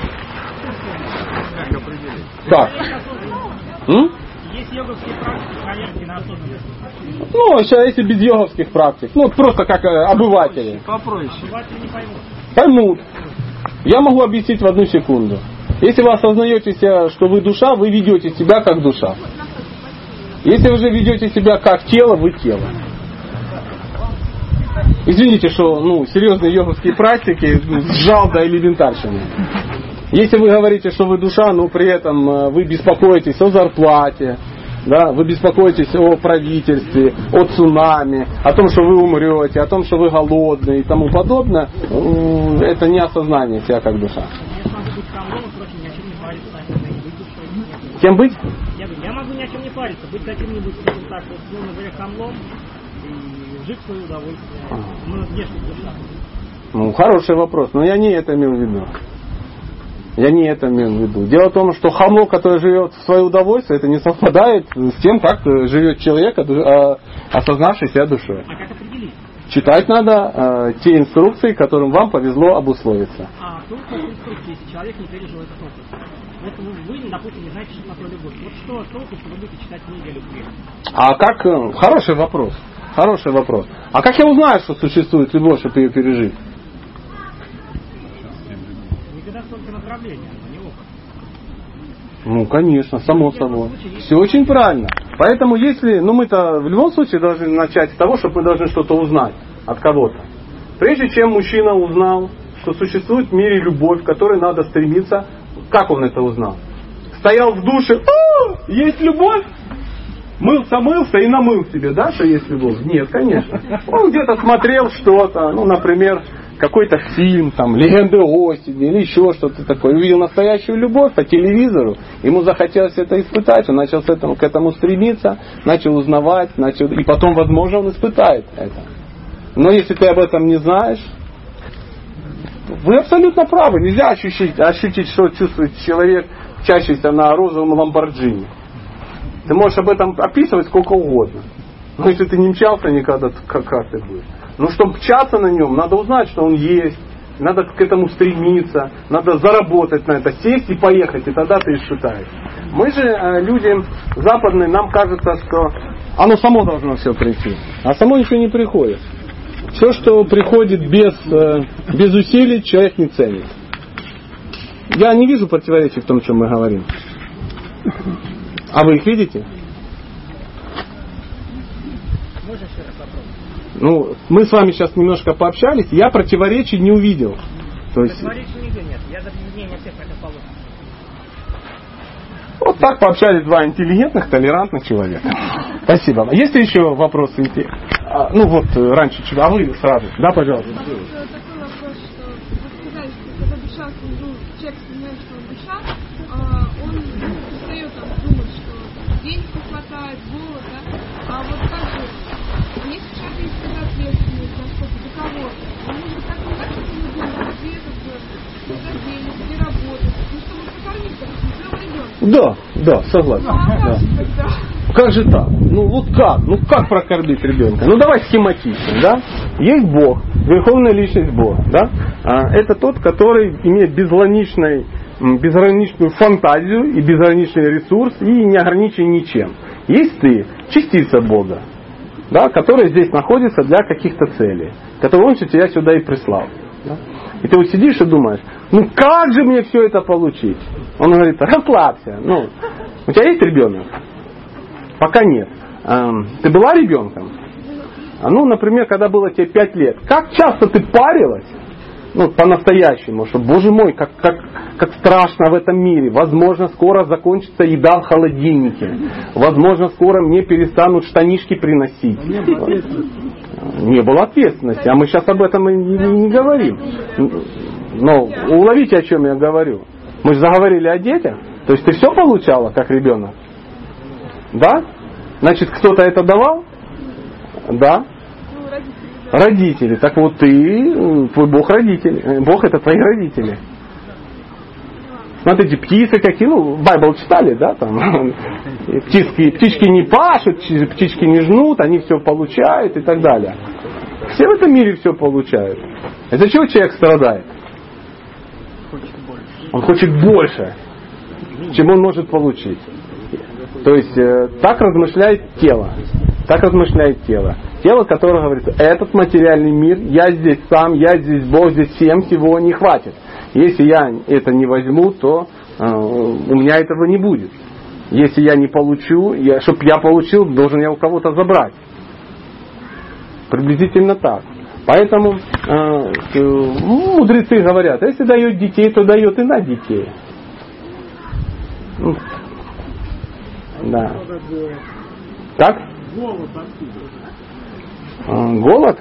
Как определить? Как? М? Есть йоговские практики проверки на осознанность. Ну, сейчас если без йоговских практик. Ну, просто как э, обыватели. Попроще. Обыватели не поймут. Поймут. Я могу объяснить в одну секунду. Если вы осознаете себя, что вы душа, вы ведете себя как душа. Если вы же ведете себя как тело, вы тело. Извините, что ну, серьезные йоговские практики сжал до элементарщины. Если вы говорите, что вы душа, но при этом вы беспокоитесь о зарплате, да, вы беспокоитесь о правительстве, о цунами, о том, что вы умрете, о том, что вы голодны и тому подобное, это не осознание себя как душа. Кем быть? Я говорю, я могу ни о чем не париться, быть каким-нибудь, скажем так, вот, словно говоря, хамлом и жить в свое удовольствие. Ну, где же душа? Ну, хороший вопрос, но я не это имел в виду. Я не это имел в виду. Дело в том, что хамло, который живет в свое удовольствие, это не совпадает с тем, как живет человек, осознавший себя душой. А как определить? Читать надо э, те инструкции, которым вам повезло обусловиться. А, ну, инструкции, если человек не пережил этот опыт. Вот вы, допустим, не знаете, что такое любовь. Вот что толку, что вы будете читать книги о любви? А как... э, Хороший вопрос. Хороший вопрос. А как я узнаю, что существует любовь, чтобы ее пережить? Никогда столько направления, а не опыт. Ну, конечно, само собой. Все очень правильно. Поэтому если... Ну, мы-то в любом случае должны начать с того, чтобы мы должны что-то узнать от кого-то. Прежде чем мужчина узнал, что существует в мире любовь, к которой надо стремиться, как он это узнал? Стоял в душе, о, есть любовь? Мылся, мылся и намыл себе, да, что есть любовь? Нет, конечно. Он где-то смотрел что-то, ну, например, какой-то фильм, там, «Легенды осени» или еще что-то такое. Увидел настоящую любовь по телевизору, ему захотелось это испытать, он начал с этому, к этому стремиться, начал узнавать, начал, и потом, возможно, он испытает это. Но если ты об этом не знаешь, вы абсолютно правы. Нельзя ощутить, ощутить, что чувствует человек, чащийся на розовом ламборджини. Ты можешь об этом описывать сколько угодно. Ну, если ты не мчался никогда, то как, как ты будешь? Ну, чтобы мчаться на нем, надо узнать, что он есть. Надо к этому стремиться. Надо заработать на это, сесть и поехать. И тогда ты испытаешь. Мы же, люди западные, нам кажется, что оно само должно все прийти. А само ничего не приходит. Все, что приходит без, без усилий, человек не ценит. Я не вижу противоречий в том, о чем мы говорим. А вы их видите? Можно еще раз вопрос? Ну, мы с вами сейчас немножко пообщались, я противоречий не увидел. То есть... Противоречий нигде нет. Я за мнение всех противоположных. Вот так пообщались два интеллигентных, толерантных человека. Спасибо. Есть ли еще вопросы? А, ну вот, раньше, а вы сразу. Да, пожалуйста. Такой вопрос, что вы сказали, что когда душа, ну, человек вспоминает, что он душа, он перестает там думать, что денег не хватает, голод, да? А вот как же, если человек есть какая-то ответственность за что-то, за кого-то, он может как-то так, чтобы не думать, где этот, куда денег, где работать, ну, чтобы покормить там своего ребенка. Да, да, согласен. Ну, а Да. как тогда? Как же так? Ну вот как? Ну как прокормить ребенка? Ну давай схематично, да? Есть Бог, верховная личность Бога, да? А, это тот, который имеет безграничный, безграничную фантазию и безграничный ресурс и не ограничен ничем. Есть ты, частица Бога, да, которая здесь находится для каких-то целей, которую Он тебя сюда и прислал. Да? И ты вот сидишь и думаешь, ну как же мне все это получить? Он говорит, расслабься. Ну, у тебя есть ребенок? Пока нет. Ты была ребенком? Ну, например, когда было тебе пять лет. Как часто ты парилась? Ну, по-настоящему, что, боже мой, как, как, как страшно в этом мире. Возможно, скоро закончится еда в холодильнике. Возможно, скоро мне перестанут штанишки приносить. Не было ответственности. А мы сейчас об этом и не, не говорим. Но уловите, о чем я говорю. Мы же заговорили о детях. То есть ты все получала, как ребенок? Да? Значит, кто-то это давал? Да? Ну, родители, да. Родители. Так вот ты, твой Бог родители. Бог это твои родители. Смотрите, птицы какие, ну, Байбл читали, да, там, птички, птички не пашут, птички не жнут, они все получают и так далее. Все в этом мире все получают. Из-за чего человек страдает? Он хочет больше, чем он может получить. То есть э, так размышляет тело. Так размышляет тело. Тело, которое говорит, этот материальный мир, я здесь сам, я здесь Бог, здесь всем всего не хватит. Если я это не возьму, то э, у меня этого не будет. Если я не получу, я, чтобы я получил, должен я у кого-то забрать. Приблизительно так. Поэтому э, мудрецы говорят, если дает детей, то дает и на детей. Да. Как? Голод откуда? Голод?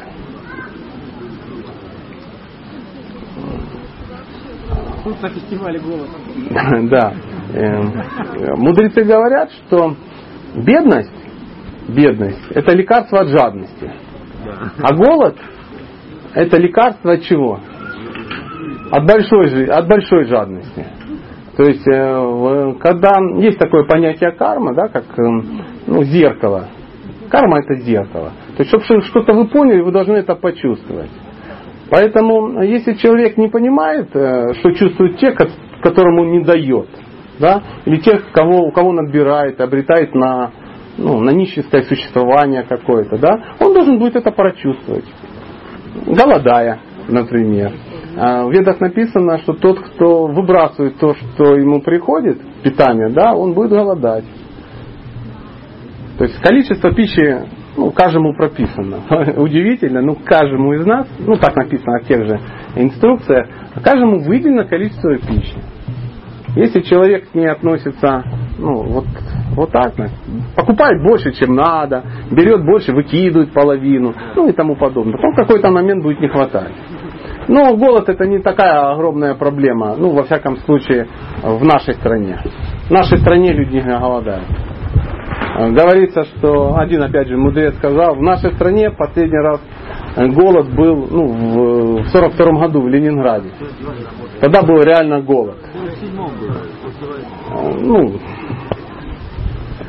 Тут на фестивале голод. Да. Мудрецы говорят, что бедность, бедность это лекарство от жадности. А голод это лекарство от чего? От большой, от большой жадности. То есть, когда есть такое понятие карма, да, как ну, зеркало. Карма это зеркало. То есть, чтобы что-то вы поняли, вы должны это почувствовать. Поэтому, если человек не понимает, что чувствуют те, которым он не дает, да, или тех, кого, у кого он отбирает, обретает на, ну, на нищенское существование какое-то, да, он должен будет это прочувствовать. Голодая, например. В Ведах написано, что тот, кто выбрасывает то, что ему приходит, питание, да, он будет голодать. То есть количество пищи, ну, каждому прописано. Удивительно, ну, каждому из нас, ну, так написано в тех же инструкциях, каждому выделено количество пищи. Если человек к ней относится, ну, вот, вот так, покупает больше, чем надо, берет больше, выкидывает половину, ну, и тому подобное, потом в какой-то момент будет не хватать. Но голод это не такая огромная проблема, ну, во всяком случае, в нашей стране. В нашей стране люди не голодают. Говорится, что один, опять же, мудрец сказал, в нашей стране последний раз голод был, ну, в сорок втором году в Ленинграде. Тогда был реально голод. Ну,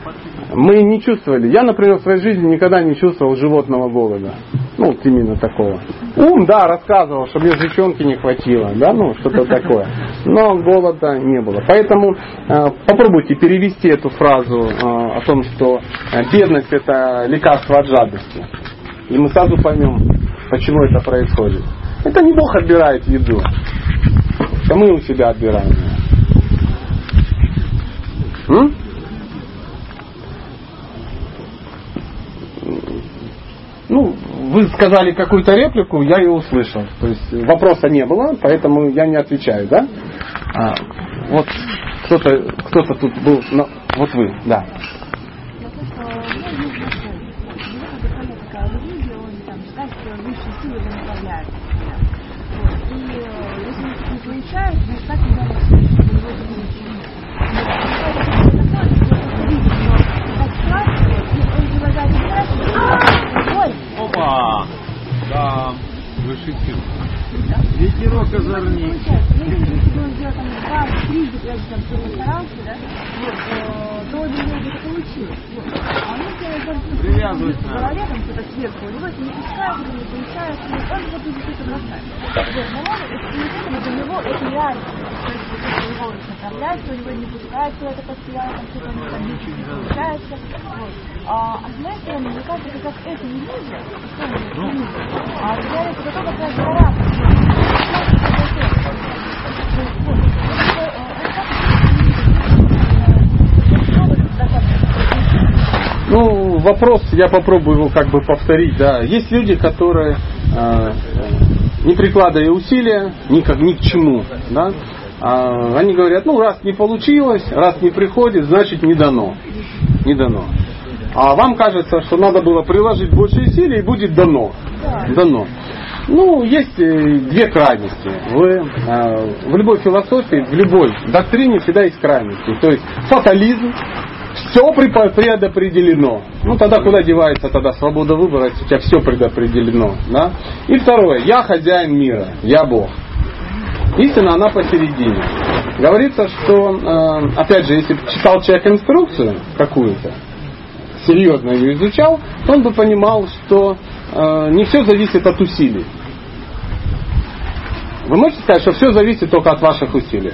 мы не чувствовали. Я, например, в своей жизни никогда не чувствовал животного голода. Ну, вот именно такого. Ум, да, рассказывал, что мне сгущенки не хватило, да, ну, что-то такое. Но голода не было. Поэтому э, попробуйте перевести эту фразу э, о том, что бедность — это лекарство от жадности. И мы сразу поймем, почему это происходит. Это не Бог отбирает еду. Это мы у себя отбираем. М? Ну, вы сказали какую-то реплику, я ее услышал. То есть вопроса не было, поэтому я не отвечаю, да? А, вот кто-то, кто-то тут был, ну, вот вы, да. Опа! Да, высший сил. Ветерок озорник. Привязывать надо. А с моей стороны, мне кажется, это как это не иллюзия, а реально это такая гарантия. Ну, вопрос, я попробую его как бы повторить, да. Есть люди, которые, э, не прикладывая усилия ни, как, ни к чему, да, э, они говорят, ну, раз не получилось, раз не приходит, значит не дано. Не дано. А вам кажется, что надо было приложить больше усилий и будет дано. Дано. Ну, есть две крайности. В, э, в любой философии, в любой доктрине всегда есть крайности. То есть фатализм, все предопределено. Ну, тогда куда девается тогда свобода выбора, если у тебя все предопределено. Да? И второе, я хозяин мира, я Бог. Истина, она посередине. Говорится, что, э, опять же, если бы читал человек инструкцию какую-то, серьезно ее изучал, то он бы понимал, что э, не все зависит от усилий. Вы можете сказать, что все зависит только от ваших усилий?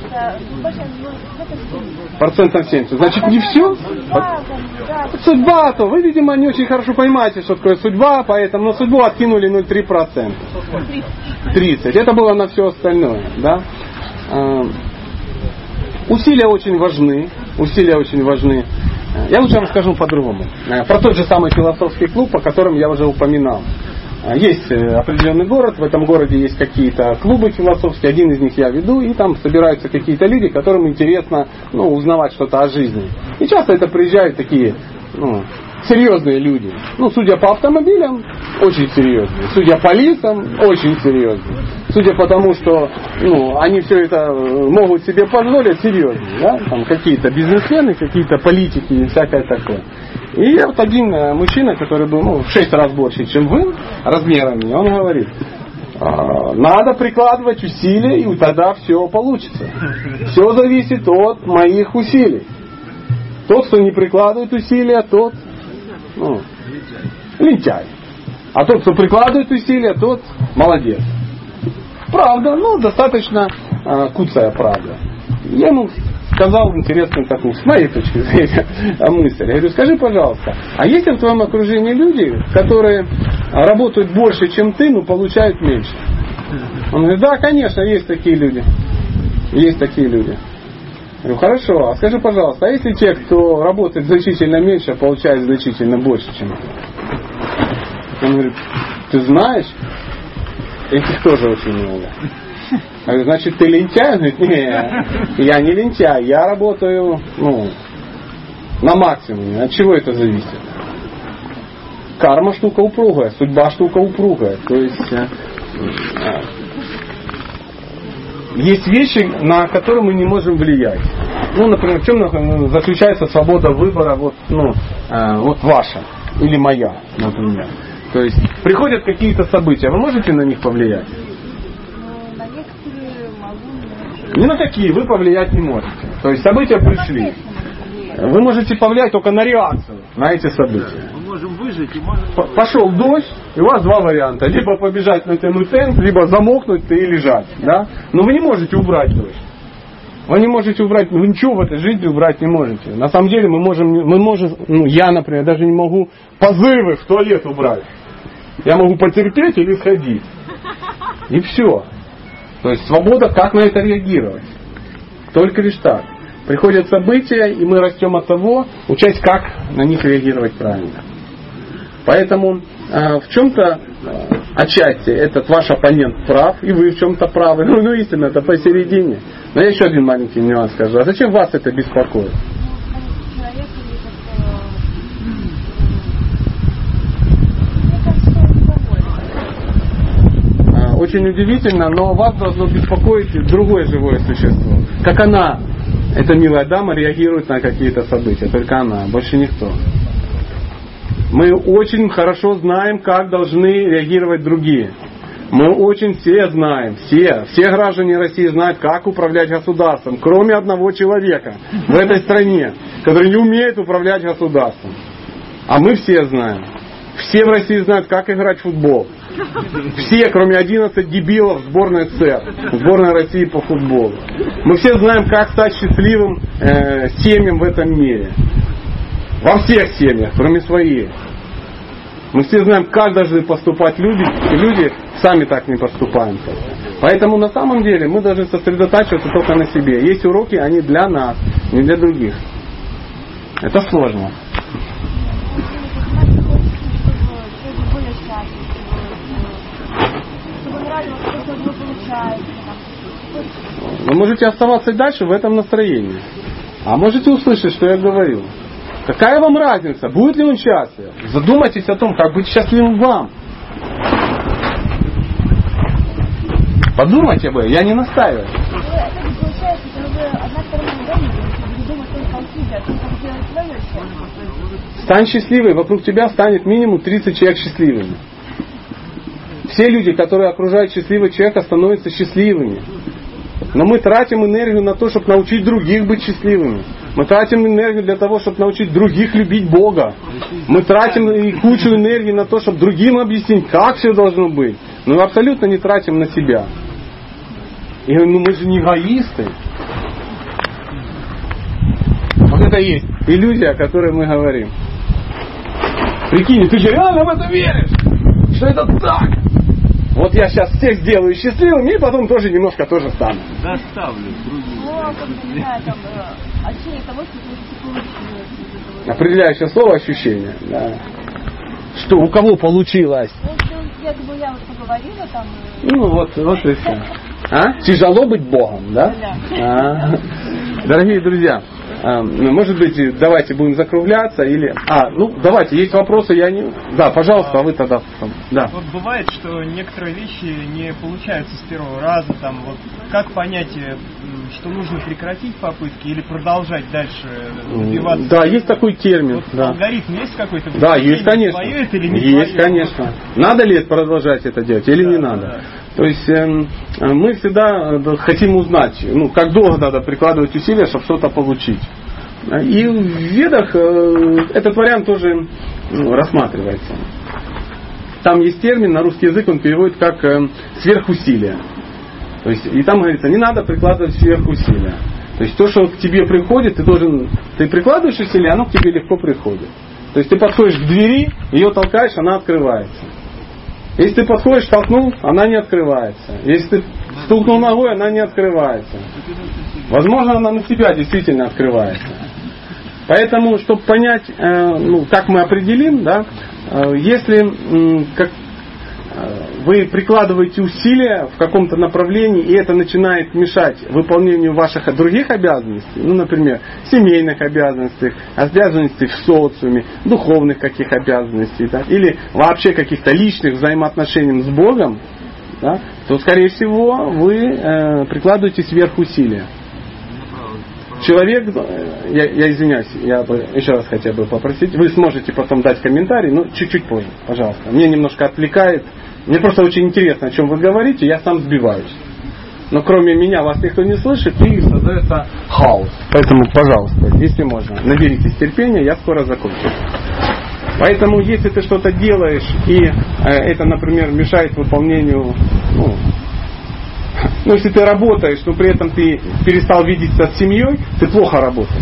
Процентов семьдесят. Значит, не все? Судьба, то вы, видимо, не очень хорошо понимаете, что такое судьба, поэтому на судьбу откинули ноль целых три десятых процента. тридцать. Это было на все остальное. Да? Э, усилия очень важны. Усилия очень важны. Я лучше вам скажу по-другому. Про тот же самый философский клуб, о котором я уже упоминал. Есть определенный город, в этом городе есть какие-то клубы философские, один из них я веду, и там собираются какие-то люди, которым интересно, ну, узнавать что-то о жизни. И часто это приезжают такие, ну, серьезные люди. Ну, судя по автомобилям, очень серьезные. Судя по лицам, очень серьезные. Судя по тому, что, ну, они все это могут себе позволить, серьезные. Да? Там какие-то бизнесмены, какие-то политики и всякое такое. И вот один мужчина, который был, ну, в шесть раз больше, чем вы, размерами, он говорит, надо прикладывать усилия, и тогда все получится. Все зависит от моих усилий. Тот, кто не прикладывает усилия, тот, ну, лентяй. А тот, кто прикладывает усилия, тот молодец. Правда, ну, достаточно э, куцая правда. Я ему сказал интересную такую, с моей точки зрения, мысль. Я говорю, скажи, пожалуйста, а есть ли в твоем окружении люди, которые работают больше, чем ты, но получают меньше? Он говорит, да, конечно, есть такие люди. Есть такие люди. Я говорю, хорошо, а скажи, пожалуйста, а если те, кто работает значительно меньше, получают значительно больше, чем ты? Он говорит, ты знаешь, этих тоже очень много. Я говорю, значит, ты лентяй? Он говорит, нет, я не лентяй, я работаю, ну, на максимуме. От чего это зависит? Карма штука упругая, судьба штука упругая. То есть есть вещи, на которые мы не можем влиять. Ну, например, в чем заключается свобода выбора, вот, ну, вот ваша или моя, например. То есть приходят какие-то события, вы можете на них повлиять? На некоторые могу. Не на какие вы повлиять не можете. То есть события пришли. Вы можете повлиять только на реакцию, на эти события. Мы можем выжить и можем... Пошел дождь, и у вас два варианта. Либо побежать натянуть тент, либо замокнуть и лежать. Да? Но вы не можете убрать дождь. Вы не можете убрать, вы ничего в этой жизни убрать не можете. На самом деле мы можем, мы можем, ну я, например, даже не могу позывы в туалет убрать. Я могу потерпеть или сходить. И все. То есть свобода, как на это реагировать. Только лишь так. Приходят события, и мы растем от того, учась, как на них реагировать правильно. Поэтому э, в чем-то э, отчасти этот ваш оппонент прав, и вы в чем-то правы. Ну, ну истинно, это посередине. Но я еще один маленький нюанс скажу. А зачем вас это беспокоит? Очень удивительно, но вас должно беспокоить другое живое существо. Как она, эта милая дама, реагирует на какие-то события. Только она, больше никто. Мы очень хорошо знаем, как должны реагировать другие. Мы очень все знаем, все, все граждане России знают, как управлять государством, кроме одного человека в этой стране, который не умеет управлять государством. А мы все знаем. Все в России знают, как играть в футбол. Все, кроме одиннадцати дебилов сборной СССР, сборной России по футболу. Мы все знаем, как стать счастливым э, семьям в этом мире. Во всех семьях, кроме своих. Мы все знаем, как должны поступать люди, и люди сами так не поступаем. Поэтому на самом деле мы должны сосредотачиваться только на себе. Есть уроки, они для нас, не для других. Это сложно. Вы можете оставаться и дальше в этом настроении. А можете услышать, что я говорил. Какая вам разница, будет ли он счастлив? Задумайтесь о том, как быть счастливым вам. Подумайте об этом, я не настаиваю. Стань счастливой, вокруг тебя станет минимум тридцать человек счастливыми. Все люди, которые окружают счастливого человека, становятся счастливыми. Но мы тратим энергию на то, чтобы научить других быть счастливыми. Мы тратим энергию для того, чтобы научить других любить Бога. Мы тратим и кучу энергии на то, чтобы другим объяснить, как все должно быть. Но мы абсолютно не тратим на себя. И говорим, ну мы же не эгоисты. Вот это и есть иллюзия, о которой мы говорим. Прикинь, ты же реально в это веришь? Что это так? Вот я сейчас всех сделаю счастливыми, и потом тоже немножко тоже стану. Доставлю другим. Ну, как бы, не знаю, там, ощущение того, что ты получилось. Определяющее слово ощущение. Да. Что, у кого получилось? Ну, я думаю, я вот поговорила там. Ну, вот, вот и все. А? Тяжело быть Богом, да? Да. А. Дорогие друзья, может быть, давайте будем закругляться или... А, ну, давайте, есть вопросы, я не... Да, пожалуйста, а вы тогда... Да. Вот бывает, что некоторые вещи не получаются с первого раза, там, вот, как понять, что нужно прекратить попытки или продолжать дальше добиваться? Да, есть такой термин. Вот да. Алгоритм есть какой-то? Да, есть, конечно. Твое это или не есть, твое? конечно. Надо ли продолжать это делать или да, не надо? Да. То есть э, мы всегда хотим узнать, ну, как долго надо прикладывать усилия, чтобы что-то получить. И в ведах э, этот вариант тоже ну, рассматривается. Там есть термин, на русский язык он переводит как э, сверхусилие. То есть, и там говорится, не надо прикладывать сверхусилия. То есть то, что к тебе приходит, ты должен, ты прикладываешь усилия, оно к тебе легко приходит. То есть ты подходишь к двери, ее толкаешь, она открывается. Если ты подходишь, толкнул, она не открывается. Если ты стукнул ногой, она не открывается. Возможно, она на тебя действительно открывается. Поэтому, чтобы понять, э, ну, как мы определим, да, э, если э, как, э, вы прикладываете усилия в каком-то направлении, и это начинает мешать выполнению ваших других обязанностей, ну, например, семейных обязанностей, обязанностей в социуме, духовных каких обязанностей, да, или вообще каких-то личных взаимоотношений с Богом, да, то, скорее всего, вы э, прикладываете сверхусилия. Человек, я, я извиняюсь, я бы еще раз хотел бы попросить, вы сможете потом дать комментарий, но чуть-чуть позже, пожалуйста. Мне немножко отвлекает, мне просто очень интересно, о чем вы говорите, я сам сбиваюсь. но кроме меня вас никто не слышит, и создается хаос. Поэтому, пожалуйста, если можно, наберитесь терпения, я скоро закончу. Поэтому, если ты что-то делаешь, и э, это, например, мешает выполнению, ну, ну, если ты работаешь, но при этом ты перестал видеться с семьей, ты плохо работаешь.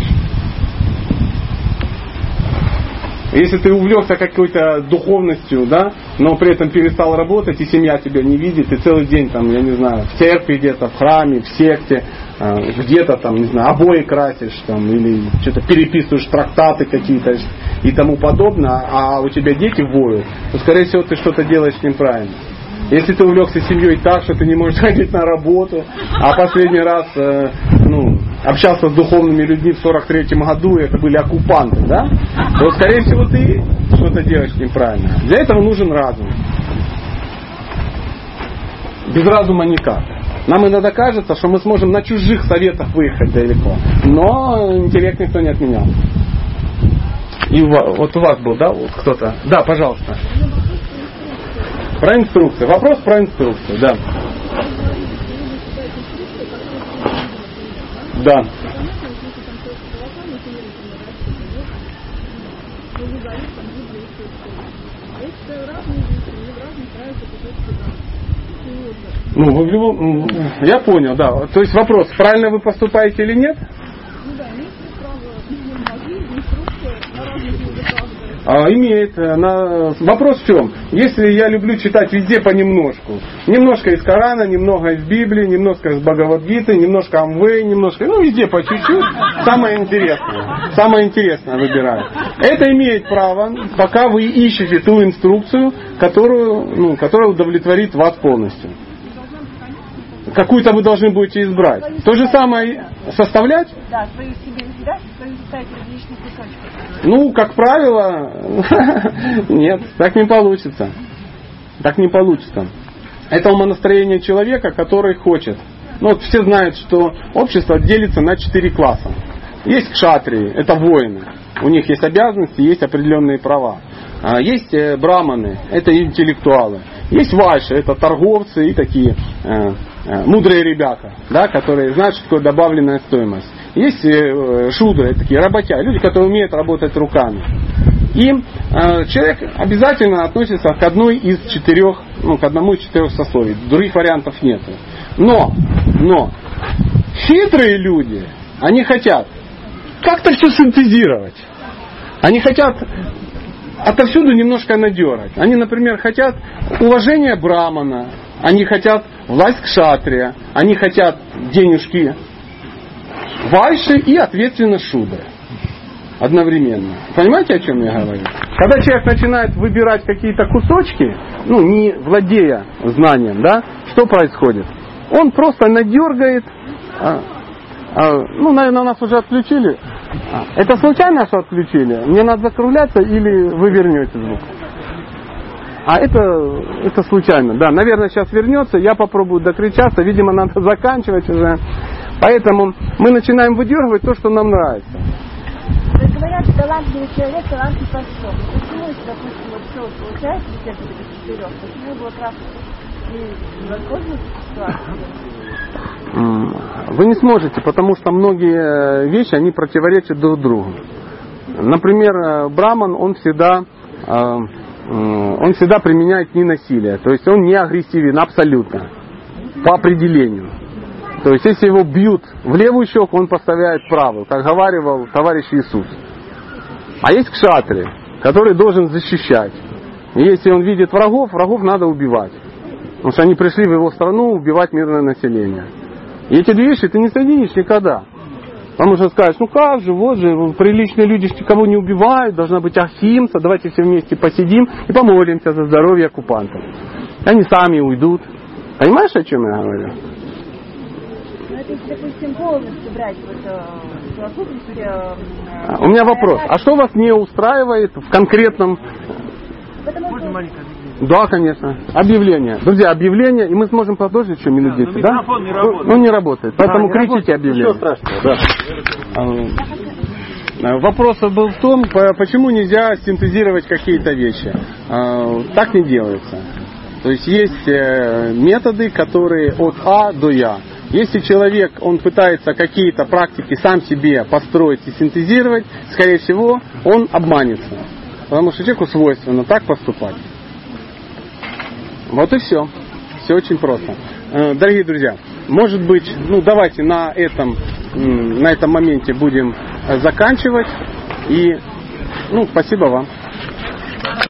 Если ты увлекся какой-то духовностью, да, но при этом перестал работать, и семья тебя не видит, и целый день там, я не знаю, в церкви где-то, в храме, в секте, где-то там, не знаю, обои красишь там, или что-то переписываешь трактаты какие-то и тому подобное, а у тебя дети воют, то, скорее всего, ты что-то делаешь неправильно. Если ты увлекся семьей так, что ты не можешь ходить на работу, а последний раз э, ну, общался с духовными людьми в сорок третьем году, и это были оккупанты, да, то, скорее всего, ты что-то делаешь неправильно. Для этого нужен разум. Без разума никак. Нам иногда кажется, что мы сможем на чужих советах выехать далеко, но интеллект никто не отменял. И вот у вас был, да, кто-то? Да, пожалуйста. Про инструкцию. Вопрос про инструкцию, да. Да. Ну, вы в любом... Я понял, да. То есть вопрос, правильно вы поступаете или нет? А, имеет. На... Вопрос в чем? Если я люблю читать везде понемножку, немножко из Корана, немного из Библии, немножко из Бхагавад-гиты, немножко Амвей, немножко, ну везде по чуть-чуть, самое интересное, самое интересное выбираю. Это имеет право, пока вы ищете ту инструкцию, которую, ну, которая удовлетворит вас полностью. Какую-то вы должны будете избрать. То же самое составлять? Да, свою себе избирать, свою ставить различные кусочки. Ну, как правило, нет, так не получится. Так не получится. Это умонастроение человека, который хочет. Ну, вот все знают, что общество делится на четыре класса. Есть кшатрии, это воины. У них есть обязанности, есть определенные права. Есть браманы, это интеллектуалы. Есть вайши, это торговцы и такие э, э, мудрые ребята, да, которые знают, что такое добавленная стоимость. Есть э, шудры, это такие работяги, люди, которые умеют работать руками. И э, человек обязательно относится к одной из четырех, ну, к одному из четырех сословий. Других вариантов нет. Но, но хитрые люди, они хотят как-то все синтезировать. Они хотят отовсюду немножко надергать. Они, например, хотят уважения брамана, они хотят власть кшатрия, они хотят денежки вайши и ответственность шудры. Одновременно. Понимаете, о чем я говорю? Когда человек начинает выбирать какие-то кусочки, ну, не владея знанием, да, что происходит? Он просто надергает. А, а, ну, наверное, нас уже отключили. А, это случайно, что отключили? Мне надо закругляться или вы вернете звук? А это, это случайно. Да, наверное, сейчас вернется. Я попробую докричаться. Видимо, надо заканчивать уже. Поэтому мы начинаем выдергивать то, что нам нравится. То есть говорят, талантливый человек, талантлив во всем. Почему, если, допустим, вот все вот получается, без этих четырех, почему бы как раз не воспользоваться ситуацией? Вы не сможете, потому что многие вещи, они противоречат друг другу. Например, браман, он всегда, он всегда применяет ненасилие. То есть он не агрессивен абсолютно. По определению. То есть если его бьют в левую щеку, он поставляет правую, как говаривал товарищ Иисус. А есть кшатри, который должен защищать. И если он видит врагов, врагов надо убивать. Потому что они пришли в его страну убивать мирное население. И эти две вещи ты не соединишь никогда. Потому что скажешь, ну как же, вот же, приличные люди никого не убивают, должна быть ахимса, давайте все вместе посидим и помолимся за здоровье оккупантов. Они сами уйдут. Понимаешь, о чем я говорю? Ну это если, допустим, полностью брать вот философию. Э, У меня вопрос. А что вас не устраивает в конкретном... Можно маленькое объявление? Да, конечно. Объявление. Друзья, объявление, и мы сможем продолжить еще минут десять, да? Микрофон не работает. Ну, не работает. Поэтому а, кричите объявление. Ничего страшного, да. Вопрос был в том, почему нельзя синтезировать какие-то вещи. Так не делается. То есть есть методы, которые от А до Я. Если человек, он пытается какие-то практики сам себе построить и синтезировать, скорее всего, он обманется. Потому что человеку свойственно так поступать. Вот и все. Все очень просто. Дорогие друзья, может быть, ну давайте на этом, на этом моменте будем заканчивать. И ну, спасибо вам.